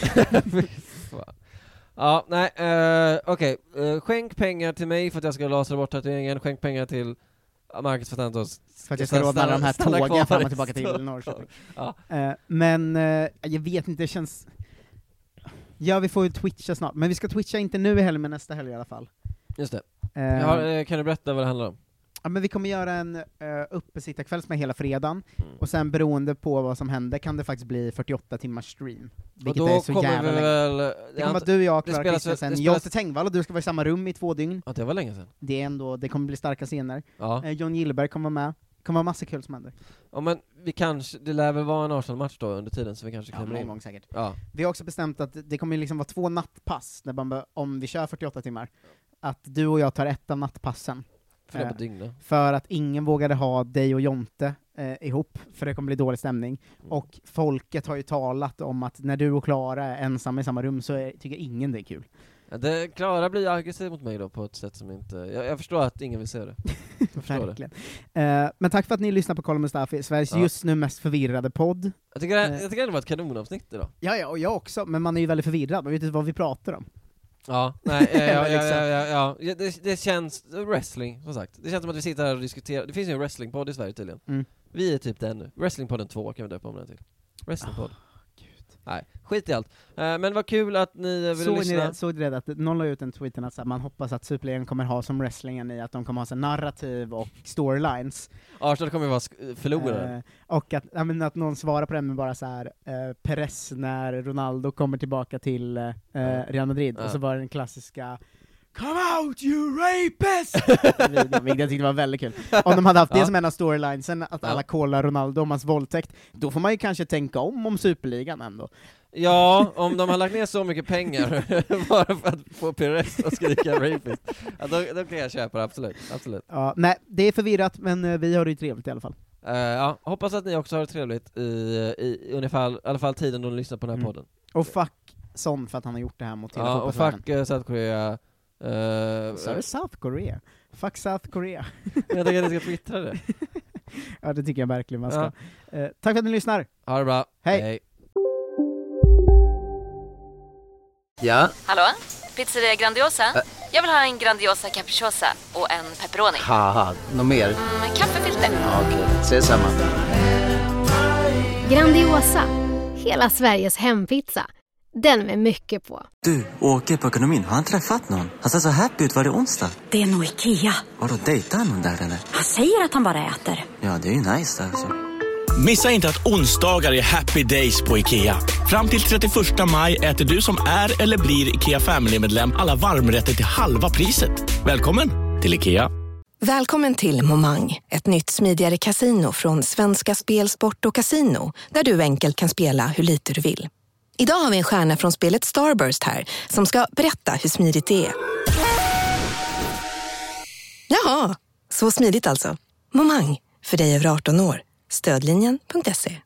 Ja, nej, okej. Skänk pengar till mig för att jag ska lasra bort tatueringen. Skänk pengar till Marcus Fatantos för att jag ska råda de här tågen fram och tillbaka till Norrköping. Ja. Men jag vet inte, det känns... Ja, vi får ju twitcha snart. Men vi ska twitcha inte nu i helgen, men nästa helg i alla fall. Just det. Kan du berätta vad det handlar om? Ja, men vi kommer göra en uppesittarkväll som är hela fredagen, och sen beroende på vad som händer kan det faktiskt bli 48 timmars stream. Vilket och då är så jävla länge. Det kommer att du och jag, Clara Kristensen, jag till Tengvall, och du ska vara i samma rum i 2 dygn. Ja, det var länge sedan. Det kommer bli starka scener. Ja. John Gillberg kommer vara med. Det kommer vara massa kul som händer. Ja, men det lär väl vara en Arsenal-match då under tiden, så vi kanske kommer in. Gång säkert. Ja. Vi har också bestämt att det kommer liksom vara 2 nattpass, om vi kör 48 timmar. Att du och jag tar ett av nattpassen. För att ingen vågade ha dig och Jonte ihop, för det kommer bli dålig stämning. Och folket har ju talat om att när du och Klara är ensamma i samma rum så tycker ingen det är kul. Klara blir aggressiv mot mig då på ett sätt som inte... Jag förstår att ingen vill se det. Verkligen. Men tack för att ni lyssnar på Kolla Mustafi, Sveriges just nu mest förvirrade podd. Jag tycker det var ett kanonavsnitt idag. Ja, och jag också, men man är ju väldigt förvirrad. Man vet inte vad vi pratar om. Ja, nej, ja. Det känns wrestling, som sagt. Det känns som att vi sitter här och diskuterar. Det finns ju en wrestlingpodd i Sverige tydligen. Vi är typ den nu. Wrestlingpodden 2 kan vi döpa om den till. Wrestlingpodd. Nej, skit i allt. Men vad kul att ni vill lyssna. Såg ni det att någon la ut en tweeten att man hoppas att Superligan kommer ha som wrestlingen i att de kommer ha så narrativ och storylines. Arsenal kommer vara förlorare. Och att någon svarar på det med bara så här Perez när Ronaldo kommer tillbaka till Real Madrid, och så var det den klassiska "Come out, you rapist!" Jag tyckte det var väldigt kul. Om de hade haft det som en av storylinesen, att alla kollar Ronaldo om hans våldtäkt, då får man ju kanske tänka om Superligan ändå. Ja, om de har lagt ner så mycket pengar bara för att få Perez att skrika rapist, då kan jag köpa det, absolut. Ja, nej, det är förvirrat, men vi har det ju trevligt i alla fall. Ja, hoppas att ni också har det trevligt i ungefär, i alla fall tiden då ni lyssnar på den här podden. Och fuck Son för att han har gjort det här mot hela fotbollsvärlden. Och fuck South Korea. Så är det South Korea? Fuck South Korea. Jag tycker att ni ska twittra det. Ja, det tycker jag verkligen man ska. Tack för att ni lyssnar. Ha det bra. Hej. Ja? Hallå? Pizzeria Grandiosa? Jag vill ha en Grandiosa capriciosa och en pepperoni. Haha, något mer? Kaffefilter. Ja, okej, ses samma. Grandiosa, hela Sveriges hempizza. Den med mycket på. Du, åker på ekonomin. Har han träffat någon? Han ser så happy ut, var det onsdag? Det är nog Ikea. Vadå, dejtar han någon där eller? Han säger att han bara äter. Ja, det är ju nice där alltså. Missa inte att onsdagar är happy days på Ikea. Fram till 31 maj äter du som är eller blir Ikea Family-medlem alla varmrätter till halva priset. Välkommen till Ikea. Välkommen till Momang, ett nytt smidigare casino från Svenska Spel, Sport och Casino, där du enkelt kan spela hur lite du vill. Idag har vi en stjärna från spelet Starburst här som ska berätta hur smidigt det är. Jaha, så smidigt alltså. Momang, för dig över 18 år. Stödlinjen.se.